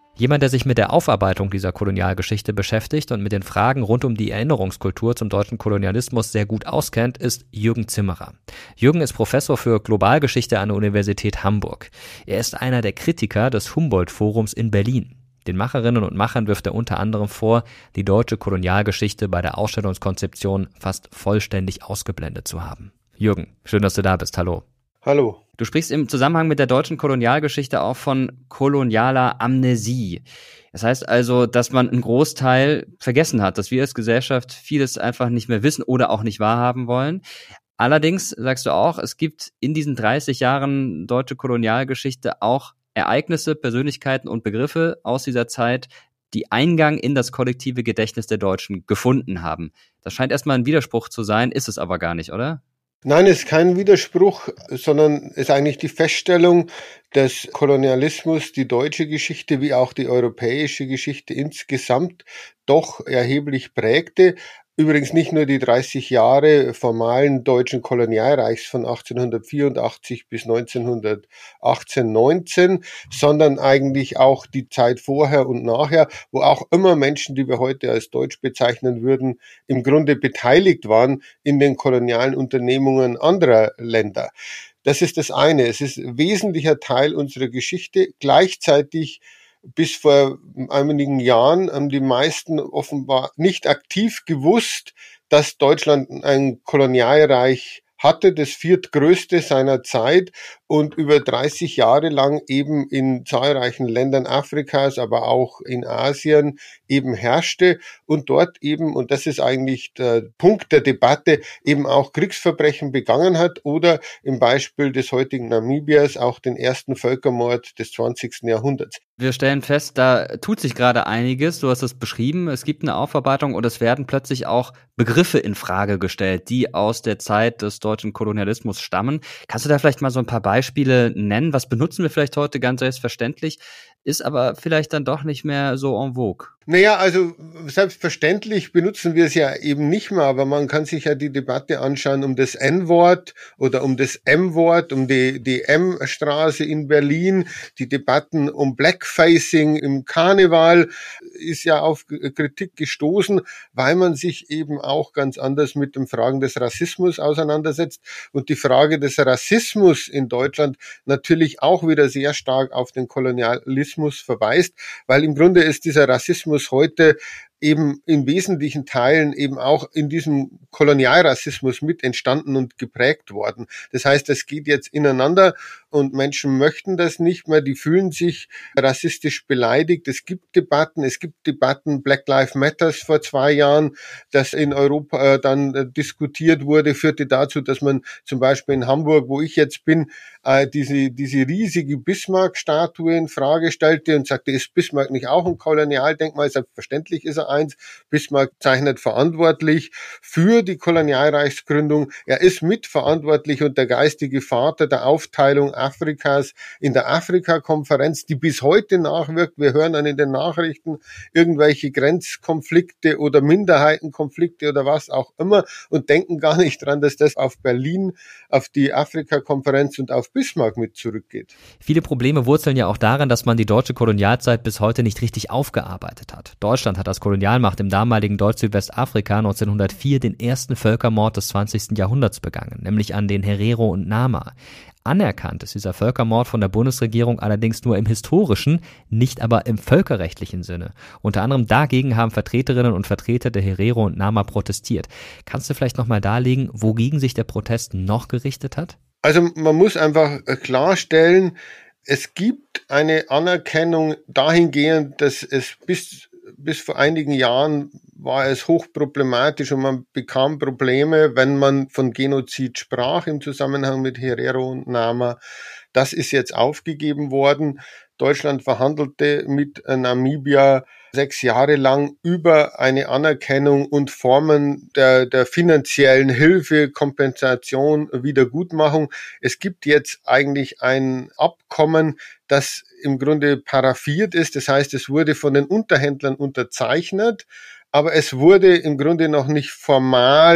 Jemand, der sich mit der Aufarbeitung dieser Kolonialgeschichte beschäftigt und mit den Fragen rund um die Erinnerungskultur zum deutschen Kolonialismus sehr gut auskennt, ist Jürgen Zimmerer. Jürgen ist Professor für Globalgeschichte an der Universität Hamburg. Er ist einer der Kritiker des Humboldt-Forums in Berlin. Den Macherinnen und Machern wirft er unter anderem vor, die deutsche Kolonialgeschichte bei der Ausstellungskonzeption fast vollständig ausgeblendet zu haben. Jürgen, schön, dass du da bist. Hallo.
Hallo.
Du sprichst im Zusammenhang mit der deutschen Kolonialgeschichte auch von kolonialer Amnesie. Das heißt also, dass man einen Großteil vergessen hat, dass wir als Gesellschaft vieles einfach nicht mehr wissen oder auch nicht wahrhaben wollen. Allerdings sagst du auch, es gibt in diesen dreißig Jahren deutsche Kolonialgeschichte auch Ereignisse, Persönlichkeiten und Begriffe aus dieser Zeit, die Eingang in das kollektive Gedächtnis der Deutschen gefunden haben. Das scheint erstmal ein Widerspruch zu sein, ist es aber gar nicht, oder?
Nein, es ist kein Widerspruch, sondern es ist eigentlich die Feststellung, dass Kolonialismus die deutsche Geschichte wie auch die europäische Geschichte insgesamt doch erheblich prägte. Übrigens nicht nur die dreißig Jahre formalen deutschen Kolonialreichs von achtzehnhundertvierundachtzig bis neunzehnhundertachtzehn neunzehn, sondern eigentlich auch die Zeit vorher und nachher, wo auch immer Menschen, die wir heute als deutsch bezeichnen würden, im Grunde beteiligt waren in den kolonialen Unternehmungen anderer Länder. Das ist das eine. Es ist ein wesentlicher Teil unserer Geschichte. Gleichzeitig bis vor einigen Jahren haben die meisten offenbar nicht aktiv gewusst, dass Deutschland ein Kolonialreich hatte, das viertgrößte seiner Zeit und über dreißig Jahre lang eben in zahlreichen Ländern Afrikas, aber auch in Asien eben herrschte und dort eben, und das ist eigentlich der Punkt der Debatte, eben auch Kriegsverbrechen begangen hat oder im Beispiel des heutigen Namibias auch den ersten Völkermord des zwanzigsten Jahrhunderts.
Wir stellen fest, da tut sich gerade einiges. Du hast es beschrieben. Es gibt eine Aufarbeitung und es werden plötzlich auch Begriffe in Frage gestellt, die aus der Zeit des deutschen Kolonialismus stammen. Kannst du da vielleicht mal so ein paar Beispiele nennen? Was benutzen wir vielleicht heute ganz selbstverständlich, ist aber vielleicht dann doch nicht mehr so en vogue?
Naja, also selbstverständlich benutzen wir es ja eben nicht mehr, aber man kann sich ja die Debatte anschauen um das N-Wort oder um das M-Wort, um die, die M-Straße in Berlin, die Debatten um Blackfacing im Karneval ist ja auf Kritik gestoßen, weil man sich eben auch ganz anders mit den Fragen des Rassismus auseinandersetzt und die Frage des Rassismus in Deutschland natürlich auch wieder sehr stark auf den Kolonialismus verweist, weil im Grunde ist dieser Rassismus heute eben in wesentlichen Teilen eben auch in diesem Kolonialrassismus mit entstanden und geprägt worden. Das heißt, das geht jetzt ineinander und Menschen möchten das nicht mehr, die fühlen sich rassistisch beleidigt. Es gibt Debatten, es gibt Debatten, Black Lives Matters vor zwei Jahren, das in Europa äh, dann äh, diskutiert wurde, führte dazu, dass man zum Beispiel in Hamburg, wo ich jetzt bin, äh, diese, diese riesige Bismarck-Statue in Frage stellte und sagte, ist Bismarck nicht auch ein Kolonialdenkmal? Selbstverständlich ist er eins. Bismarck zeichnet verantwortlich für die Kolonialreichsgründung. Er ist mitverantwortlich und der geistige Vater der Aufteilung Afrikas in der Afrika-Konferenz, die bis heute nachwirkt. Wir hören dann in den Nachrichten irgendwelche Grenzkonflikte oder Minderheitenkonflikte oder was auch immer und denken gar nicht dran, dass das auf Berlin, auf die Afrika-Konferenz und auf Bismarck mit zurückgeht.
Viele Probleme wurzeln ja auch darin, dass man die deutsche Kolonialzeit bis heute nicht richtig aufgearbeitet hat. Deutschland hat als Kolonialmacht im damaligen Deutsch-Südwestafrika neunzehnhundertvier den ersten Völkermord des zwanzigsten Jahrhunderts begangen, nämlich an den Herero und Nama. Anerkannt ist dieser Völkermord von der Bundesregierung allerdings nur im historischen, nicht aber im völkerrechtlichen Sinne. Unter anderem dagegen haben Vertreterinnen und Vertreter der Herero und Nama protestiert. Kannst du vielleicht nochmal darlegen, wogegen sich der Protest noch gerichtet hat?
Also man muss einfach klarstellen, es gibt eine Anerkennung dahingehend, dass es bis bis vor einigen Jahren war es hochproblematisch und man bekam Probleme, wenn man von Genozid sprach im Zusammenhang mit Herero und Nama. Das ist jetzt aufgegeben worden. Deutschland verhandelte mit Namibia sechs Jahre lang über eine Anerkennung und Formen der, der finanziellen Hilfe, Kompensation, Wiedergutmachung. Es gibt jetzt eigentlich ein Abkommen, das im Grunde paraphiert ist. Das heißt, es wurde von den Unterhändlern unterzeichnet, aber es wurde im Grunde noch nicht formal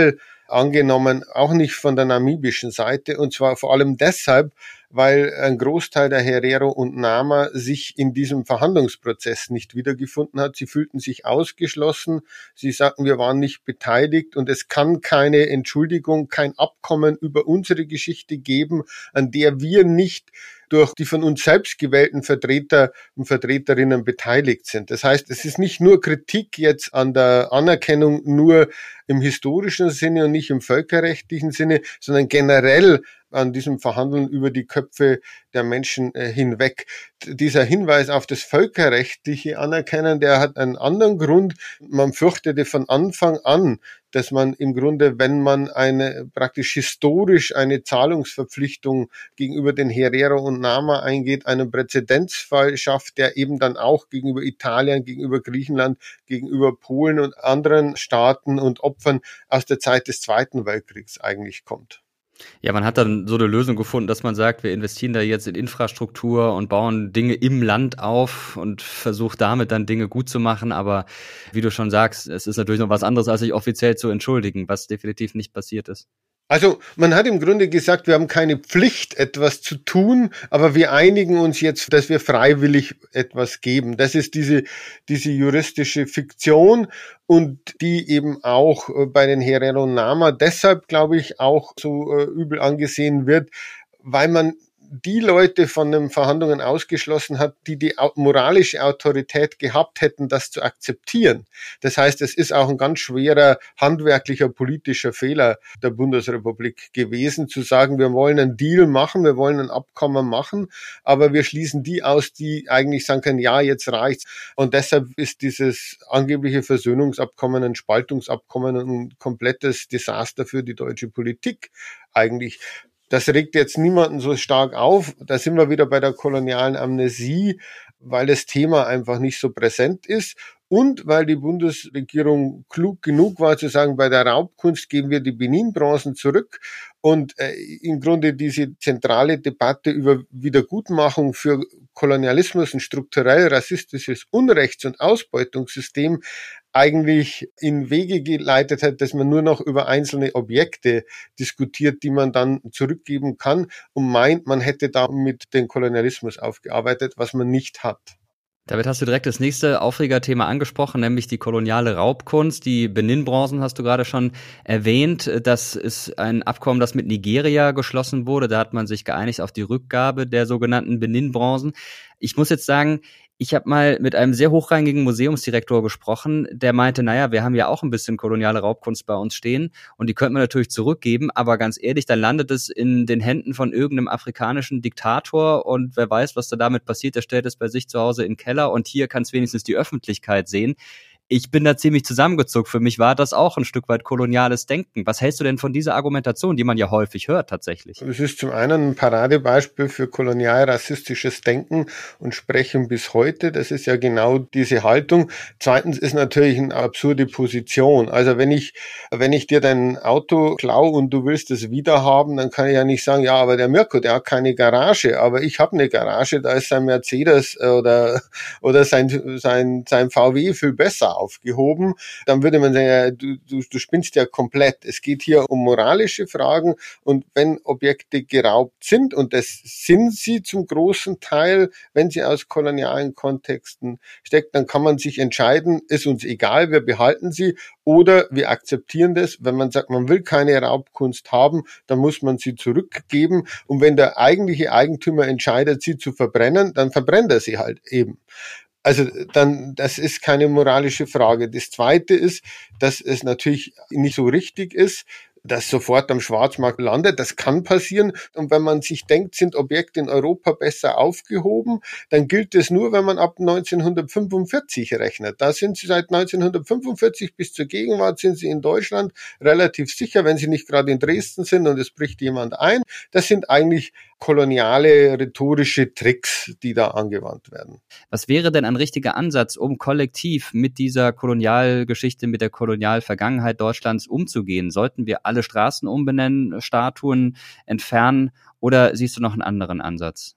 angenommen, auch nicht von der namibischen Seite, und zwar vor allem deshalb, weil ein Großteil der Herero und Nama sich in diesem Verhandlungsprozess nicht wiedergefunden hat. Sie fühlten sich ausgeschlossen. Sie sagten, wir waren nicht beteiligt und es kann keine Entschuldigung, kein Abkommen über unsere Geschichte geben, an der wir nicht durch die von uns selbst gewählten Vertreter und Vertreterinnen beteiligt sind. Das heißt, es ist nicht nur Kritik jetzt an der Anerkennung nur im historischen Sinne und nicht im völkerrechtlichen Sinne, sondern generell an diesem Verhandeln über die Köpfe der Menschen äh, hinweg. Dieser Hinweis auf das völkerrechtliche Anerkennen, der hat einen anderen Grund. Man fürchtete von Anfang an, dass man im Grunde, wenn man eine praktisch historisch eine Zahlungsverpflichtung gegenüber den Herero und Nama eingeht, einen Präzedenzfall schafft, der eben dann auch gegenüber Italien, gegenüber Griechenland, gegenüber Polen und anderen Staaten und Opfern aus der Zeit des Zweiten Weltkriegs eigentlich kommt.
Ja, man hat dann so eine Lösung gefunden, dass man sagt, wir investieren da jetzt in Infrastruktur und bauen Dinge im Land auf und versucht damit dann Dinge gut zu machen. Aber wie du schon sagst, es ist natürlich noch was anderes, als sich offiziell zu entschuldigen, was definitiv nicht passiert ist.
Also man hat im Grunde gesagt, wir haben keine Pflicht, etwas zu tun, aber wir einigen uns jetzt, dass wir freiwillig etwas geben. Das ist diese, diese juristische Fiktion und die eben auch bei den Herero und Nama deshalb, glaube ich, auch so äh, übel angesehen wird, weil man die Leute von den Verhandlungen ausgeschlossen hat, die die moralische Autorität gehabt hätten, das zu akzeptieren. Das heißt, es ist auch ein ganz schwerer handwerklicher politischer Fehler der Bundesrepublik gewesen, zu sagen, wir wollen einen Deal machen, wir wollen ein Abkommen machen, aber wir schließen die aus, die eigentlich sagen können, ja, jetzt reicht's. Und deshalb ist dieses angebliche Versöhnungsabkommen ein Spaltungsabkommen ein komplettes Desaster für die deutsche Politik eigentlich. Das regt jetzt niemanden so stark auf. Da sind wir wieder bei der kolonialen Amnesie, weil das Thema einfach nicht so präsent ist und weil die Bundesregierung klug genug war zu sagen, bei der Raubkunst geben wir die Benin-Bronzen zurück und äh, im Grunde diese zentrale Debatte über Wiedergutmachung für Kolonialismus und strukturell rassistisches Unrechts- und Ausbeutungssystem eigentlich in Wege geleitet hat, dass man nur noch über einzelne Objekte diskutiert, die man dann zurückgeben kann und meint, man hätte damit den Kolonialismus aufgearbeitet, was man nicht hat.
Damit hast du direkt das nächste Aufregerthema angesprochen, nämlich die koloniale Raubkunst. Die Benin-Bronzen hast du gerade schon erwähnt. Das ist ein Abkommen, das mit Nigeria geschlossen wurde. Da hat man sich geeinigt auf die Rückgabe der sogenannten Benin-Bronzen. Ich muss jetzt sagen, ich habe mal mit einem sehr hochrangigen Museumsdirektor gesprochen, der meinte, naja, wir haben ja auch ein bisschen koloniale Raubkunst bei uns stehen und die könnte man natürlich zurückgeben, aber ganz ehrlich, dann landet es in den Händen von irgendeinem afrikanischen Diktator und wer weiß, was da damit passiert, der stellt es bei sich zu Hause in den Keller und hier kann es wenigstens die Öffentlichkeit sehen. Ich bin da ziemlich zusammengezuckt. Für mich war das auch ein Stück weit koloniales Denken. Was hältst du denn von dieser Argumentation, die man ja häufig hört tatsächlich?
Es ist zum einen ein Paradebeispiel für kolonial-rassistisches Denken und Sprechen bis heute. Das ist ja genau diese Haltung. Zweitens ist natürlich eine absurde Position. Also wenn ich, wenn ich dir dein Auto klaue und du willst es wieder haben, dann kann ich ja nicht sagen, ja, aber der Mirko, der hat keine Garage, aber ich habe eine Garage, da ist sein Mercedes oder, oder sein, sein, sein V W viel besser aufgehoben, dann würde man sagen, ja, du, du, du spinnst ja komplett. Es geht hier um moralische Fragen und wenn Objekte geraubt sind, und das sind sie zum großen Teil, wenn sie aus kolonialen Kontexten stecken, dann kann man sich entscheiden, ist uns egal, wir behalten sie oder wir akzeptieren das. Wenn man sagt, man will keine Raubkunst haben, dann muss man sie zurückgeben und wenn der eigentliche Eigentümer entscheidet, sie zu verbrennen, dann verbrennt er sie halt eben. Also dann, das ist keine moralische Frage. Das Zweite ist, dass es natürlich nicht so richtig ist, das sofort am Schwarzmarkt landet. Das kann passieren. Und wenn man sich denkt, sind Objekte in Europa besser aufgehoben, dann gilt es nur, wenn man ab neunzehnhundertfünfundvierzig rechnet. Da sind sie seit neunzehnhundertfünfundvierzig bis zur Gegenwart sind sie in Deutschland relativ sicher, wenn sie nicht gerade in Dresden sind und es bricht jemand ein. Das sind eigentlich koloniale rhetorische Tricks, die da angewandt werden.
Was wäre denn ein richtiger Ansatz, um kollektiv mit dieser Kolonialgeschichte, mit der Kolonialvergangenheit Deutschlands umzugehen? Sollten wir alle Straßen umbenennen, Statuen entfernen oder siehst du noch einen anderen Ansatz?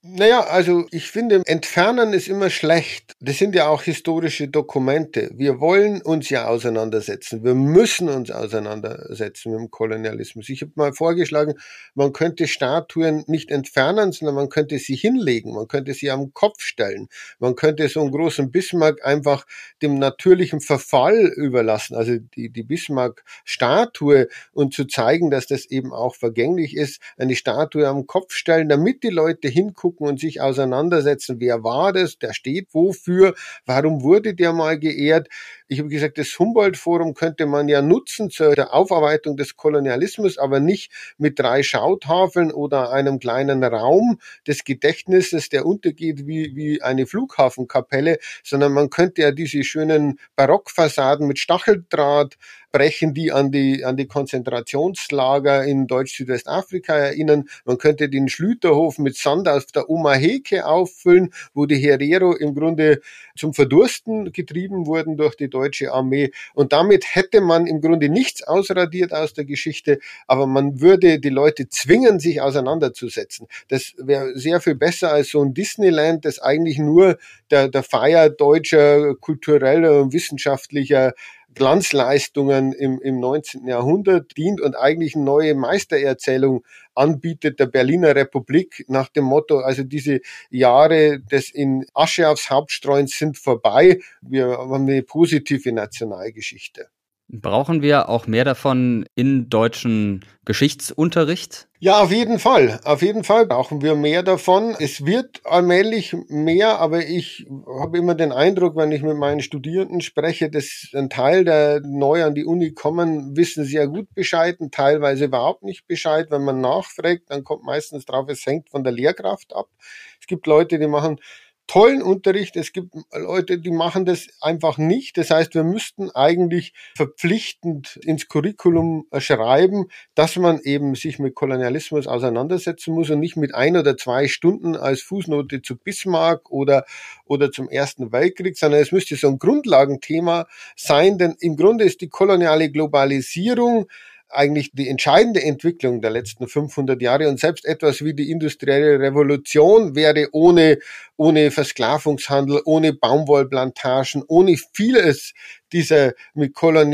Naja, also ich finde, entfernen ist immer schlecht. Das sind ja auch historische Dokumente. Wir wollen uns ja auseinandersetzen. Wir müssen uns auseinandersetzen mit dem Kolonialismus. Ich habe mal vorgeschlagen, man könnte Statuen nicht entfernen, sondern man könnte sie hinlegen. Man könnte sie am Kopf stellen. Man könnte so einen großen Bismarck einfach dem natürlichen Verfall überlassen, also die, die Bismarck-Statue, und zu zeigen, dass das eben auch vergänglich ist, eine Statue am Kopf stellen, damit die Leute hingucken und sich auseinandersetzen, wer war das, der steht wofür, warum wurde der mal geehrt. Ich habe gesagt, das Humboldt-Forum könnte man ja nutzen zur Aufarbeitung des Kolonialismus, aber nicht mit drei Schautafeln oder einem kleinen Raum des Gedächtnisses, der untergeht wie, wie eine Flughafenkapelle, sondern man könnte ja diese schönen Barockfassaden mit Stacheldraht brechen, die an die, an die Konzentrationslager in Deutsch-Südwestafrika erinnern. Man könnte den Schlüterhof mit Sand aus der Omaheke auffüllen, wo die Herero im Grunde zum Verdursten getrieben wurden durch die deutsche Armee. Und damit hätte man im Grunde nichts ausradiert aus der Geschichte, aber man würde die Leute zwingen, sich auseinanderzusetzen. Das wäre sehr viel besser als so ein Disneyland, das eigentlich nur der, der Feier deutscher, kultureller und wissenschaftlicher Glanzleistungen im, im neunzehnten Jahrhundert dient und eigentlich eine neue Meistererzählung anbietet, der Berliner Republik, nach dem Motto, also diese Jahre des in Asche aufs Haupt streuens sind vorbei. Wir haben eine positive Nationalgeschichte.
Brauchen wir auch mehr davon in deutschen Geschichtsunterricht?
Ja, auf jeden Fall. Auf jeden Fall brauchen wir mehr davon. Es wird allmählich mehr, aber ich habe immer den Eindruck, wenn ich mit meinen Studierenden spreche, dass ein Teil, der neu an die Uni kommen, wissen sehr gut Bescheid und teilweise überhaupt nicht Bescheid. Wenn man nachfragt, dann kommt meistens drauf, es hängt von der Lehrkraft ab. Es gibt Leute, die machen tollen Unterricht. Es gibt Leute, die machen das einfach nicht. Das heißt, wir müssten eigentlich verpflichtend ins Curriculum schreiben, dass man eben sich mit Kolonialismus auseinandersetzen muss und nicht mit ein oder zwei Stunden als Fußnote zu Bismarck oder, oder zum Ersten Weltkrieg, sondern es müsste so ein Grundlagenthema sein, denn im Grunde ist die koloniale Globalisierung eigentlich die entscheidende Entwicklung der letzten fünfhundert Jahre, und selbst etwas wie die industrielle Revolution wäre ohne, ohne Versklavungshandel, ohne Baumwollplantagen, ohne vieles dieser mit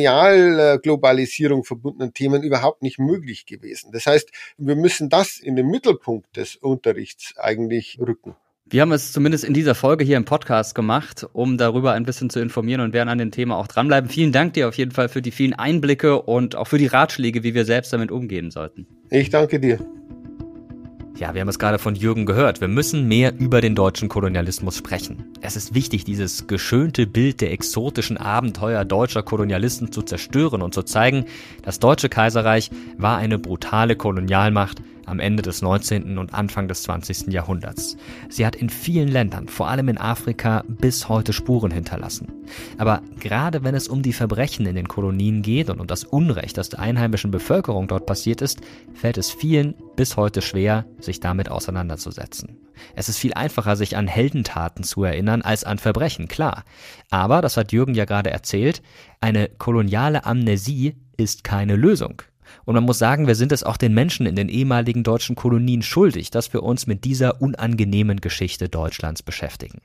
Kolonialglobalisierung verbundenen Themen überhaupt nicht möglich gewesen. Das heißt, wir müssen das in den Mittelpunkt des Unterrichts eigentlich rücken.
Wir haben es zumindest in dieser Folge hier im Podcast gemacht, um darüber ein bisschen zu informieren und werden an dem Thema auch dranbleiben. Vielen Dank dir auf jeden Fall für die vielen Einblicke und auch für die Ratschläge, wie wir selbst damit umgehen sollten.
Ich danke dir.
Ja, wir haben es gerade von Jürgen gehört. Wir müssen mehr über den deutschen Kolonialismus sprechen. Es ist wichtig, dieses geschönte Bild der exotischen Abenteuer deutscher Kolonialisten zu zerstören und zu zeigen, das Deutsche Kaiserreich war eine brutale Kolonialmacht am Ende des neunzehnten und Anfang des zwanzigsten Jahrhunderts. Sie hat in vielen Ländern, vor allem in Afrika, bis heute Spuren hinterlassen. Aber gerade wenn es um die Verbrechen in den Kolonien geht und um das Unrecht, das der einheimischen Bevölkerung dort passiert ist, fällt es vielen bis heute schwer, sich damit auseinanderzusetzen. Es ist viel einfacher, sich an Heldentaten zu erinnern, als an Verbrechen, klar. Aber, das hat Jürgen ja gerade erzählt, eine koloniale Amnesie ist keine Lösung. Und man muss sagen, wir sind es auch den Menschen in den ehemaligen deutschen Kolonien schuldig, dass wir uns mit dieser unangenehmen Geschichte Deutschlands beschäftigen.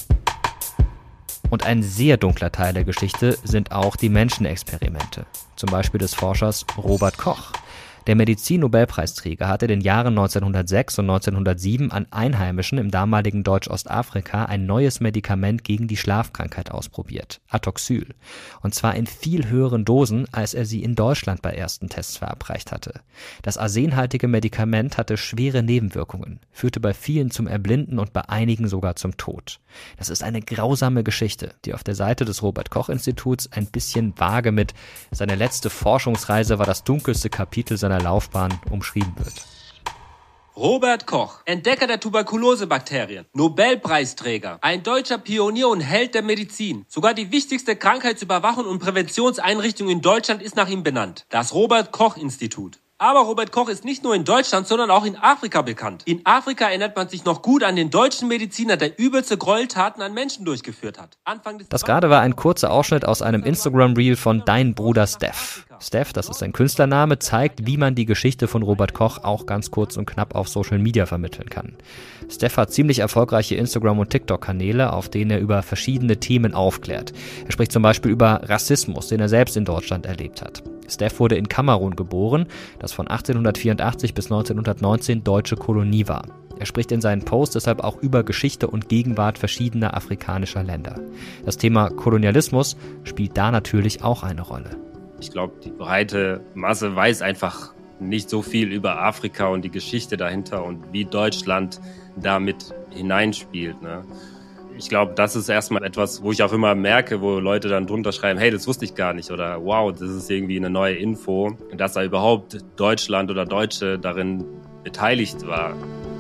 Und ein sehr dunkler Teil der Geschichte sind auch die Menschenexperimente, zum Beispiel des Forschers Robert Koch. Der Medizin-Nobelpreisträger hatte in den Jahren neunzehnhundertsechs und neunzehnhundertsieben an Einheimischen im damaligen Deutsch-Ostafrika ein neues Medikament gegen die Schlafkrankheit ausprobiert, Atoxyl. Und zwar in viel höheren Dosen, als er sie in Deutschland bei ersten Tests verabreicht hatte. Das arsenhaltige Medikament hatte schwere Nebenwirkungen, führte bei vielen zum Erblinden und bei einigen sogar zum Tod. Das ist eine grausame Geschichte, die auf der Seite des Robert-Koch-Instituts ein bisschen vage mit »Seine letzte Forschungsreise war das dunkelste Kapitel seiner Laufbahn« umschrieben wird.
Robert Koch, Entdecker der Tuberkulosebakterien, Nobelpreisträger, ein deutscher Pionier und Held der Medizin. Sogar die wichtigste Krankheitsüberwachung und Präventionseinrichtung in Deutschland ist nach ihm benannt, das Robert-Koch-Institut. Aber Robert Koch ist nicht nur in Deutschland, sondern auch in Afrika bekannt. In Afrika erinnert man sich noch gut an den deutschen Mediziner, der übelste Gräueltaten an Menschen durchgeführt hat. Anfang des
Das gerade war ein kurzer Ausschnitt aus einem Instagram-Reel von Dein Bruder Steph. Steph, das ist sein Künstlername, zeigt, wie man die Geschichte von Robert Koch auch ganz kurz und knapp auf Social Media vermitteln kann. Steph hat ziemlich erfolgreiche Instagram- und TikTok-Kanäle, auf denen er über verschiedene Themen aufklärt. Er spricht zum Beispiel über Rassismus, den er selbst in Deutschland erlebt hat. Steph wurde in Kamerun geboren, das von achtzehnhundertvierundachtzig bis neunzehnhundertneunzehn deutsche Kolonie war. Er spricht in seinen Posts deshalb auch über Geschichte und Gegenwart verschiedener afrikanischer Länder. Das Thema Kolonialismus spielt da natürlich auch eine Rolle.
Ich glaube, die breite Masse weiß einfach nicht so viel über Afrika und die Geschichte dahinter und wie Deutschland damit hineinspielt, ne? Ich glaube, das ist erstmal etwas, wo ich auch immer merke, wo Leute dann drunter schreiben, hey, das wusste ich gar nicht oder wow, das ist irgendwie eine neue Info, dass da überhaupt Deutschland oder Deutsche darin beteiligt war.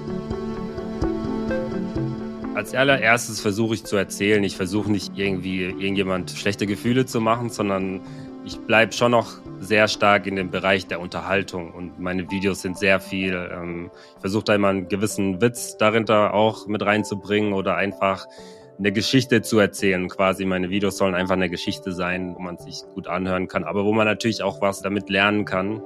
Als allererstes versuche ich zu erzählen, ich versuche nicht irgendwie irgendjemand schlechte Gefühle zu machen, sondern ich bleibe schon noch sehr stark in dem Bereich der Unterhaltung und meine Videos sind sehr viel, ähm, ich versuche da immer einen gewissen Witz darinter auch mit reinzubringen oder einfach eine Geschichte zu erzählen. Quasi meine Videos sollen einfach eine Geschichte sein, wo man sich gut anhören kann, aber wo man natürlich auch was damit lernen kann.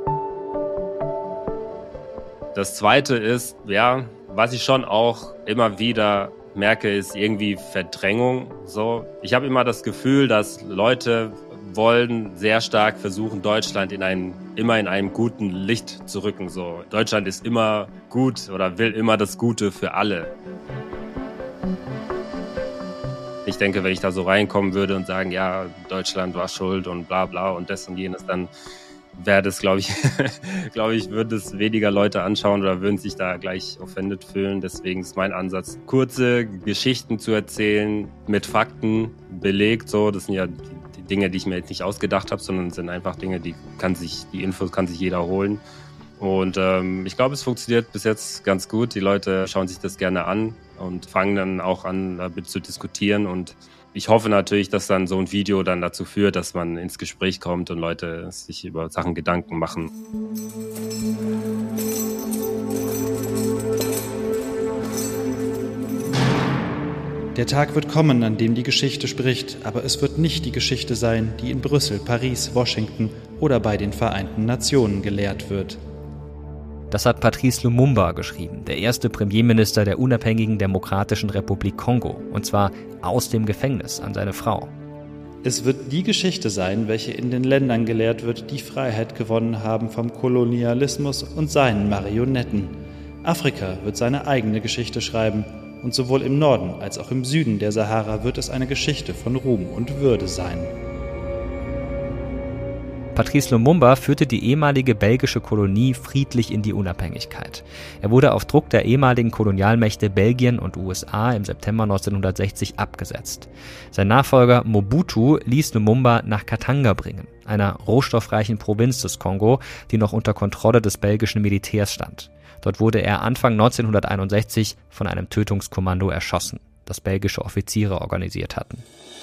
Das Zweite ist, ja, was ich schon auch immer wieder merke, ist irgendwie Verdrängung. So, ich habe immer das Gefühl, dass Leute wollen sehr stark versuchen, Deutschland in einem, immer in einem guten Licht zu rücken. So, Deutschland ist immer gut oder will immer das Gute für alle. Ich denke, wenn ich da so reinkommen würde und sagen, ja, Deutschland war schuld und bla bla und das und jenes, dann wäre das, glaube ich, glaube ich, würde es weniger Leute anschauen oder würden sich da gleich offended fühlen. Deswegen ist mein Ansatz, kurze Geschichten zu erzählen, mit Fakten belegt. So, das sind ja die Dinge, die ich mir jetzt nicht ausgedacht habe, sondern sind einfach Dinge, die kann sich, die Infos kann sich jeder holen. Und ähm, ich glaube, es funktioniert bis jetzt ganz gut. Die Leute schauen sich das gerne an und fangen dann auch an, damit zu diskutieren. Und ich hoffe natürlich, dass dann so ein Video dann dazu führt, dass man ins Gespräch kommt und Leute sich über Sachen Gedanken machen.
Der Tag wird kommen, an dem die Geschichte spricht, aber es wird nicht die Geschichte sein, die in Brüssel, Paris, Washington oder bei den Vereinten Nationen gelehrt wird.
Das hat Patrice Lumumba geschrieben, der erste Premierminister der unabhängigen Demokratischen Republik Kongo, und zwar aus dem Gefängnis an seine Frau.
Es wird die Geschichte sein, welche in den Ländern gelehrt wird, die Freiheit gewonnen haben vom Kolonialismus und seinen Marionetten. Afrika wird seine eigene Geschichte schreiben und sowohl im Norden als auch im Süden der Sahara wird es eine Geschichte von Ruhm und Würde sein.
Patrice Lumumba führte die ehemalige belgische Kolonie friedlich in die Unabhängigkeit. Er wurde auf Druck der ehemaligen Kolonialmächte Belgien und U S A im September neunzehnhundertsechzig abgesetzt. Sein Nachfolger Mobutu ließ Lumumba nach Katanga bringen, einer rohstoffreichen Provinz des Kongo, die noch unter Kontrolle des belgischen Militärs stand. Dort wurde er Anfang neunzehnhunderteinundsechzig von einem Tötungskommando erschossen, das belgische Offiziere organisiert hatten.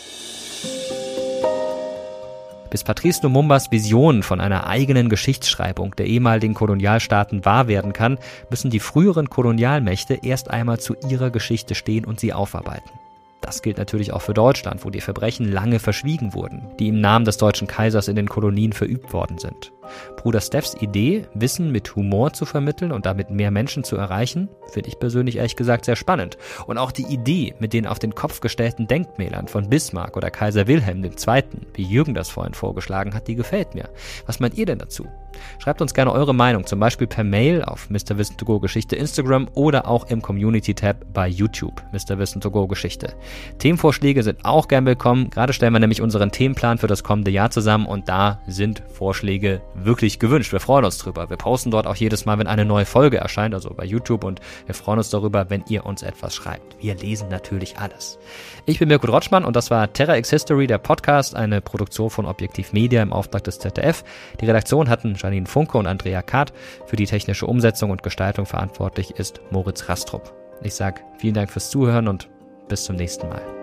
Bis Patrice Lumumbas Vision von einer eigenen Geschichtsschreibung der ehemaligen Kolonialstaaten wahr werden kann, müssen die früheren Kolonialmächte erst einmal zu ihrer Geschichte stehen und sie aufarbeiten. Das gilt natürlich auch für Deutschland, wo die Verbrechen lange verschwiegen wurden, die im Namen des deutschen Kaisers in den Kolonien verübt worden sind. Bruder Stephs Idee, Wissen mit Humor zu vermitteln und damit mehr Menschen zu erreichen, finde ich persönlich ehrlich gesagt sehr spannend. Und auch die Idee mit den auf den Kopf gestellten Denkmälern von Bismarck oder Kaiser Wilhelm der Zweite., wie Jürgen das vorhin vorgeschlagen hat, die gefällt mir. Was meint ihr denn dazu? Schreibt uns gerne eure Meinung, zum Beispiel per Mail auf Mister Wissen to Go Geschichte Instagram oder auch im Community-Tab bei YouTube, Mister Wissen to Go Geschichte. Themenvorschläge sind auch gern willkommen. Gerade stellen wir nämlich unseren Themenplan für das kommende Jahr zusammen und da sind Vorschläge wirklich gewünscht. Wir freuen uns drüber. Wir posten dort auch jedes Mal, wenn eine neue Folge erscheint, also bei YouTube, und wir freuen uns darüber, wenn ihr uns etwas schreibt. Wir lesen natürlich alles. Ich bin Mirko Drotschmann und das war Terra X History, der Podcast, eine Produktion von Objektiv Media im Auftrag des Z D F. Die Redaktion hatten Janine Funke und Andrea Kahrt. Für die technische Umsetzung und Gestaltung verantwortlich ist Moritz Rastrup. Ich sage vielen Dank fürs Zuhören und bis zum nächsten Mal.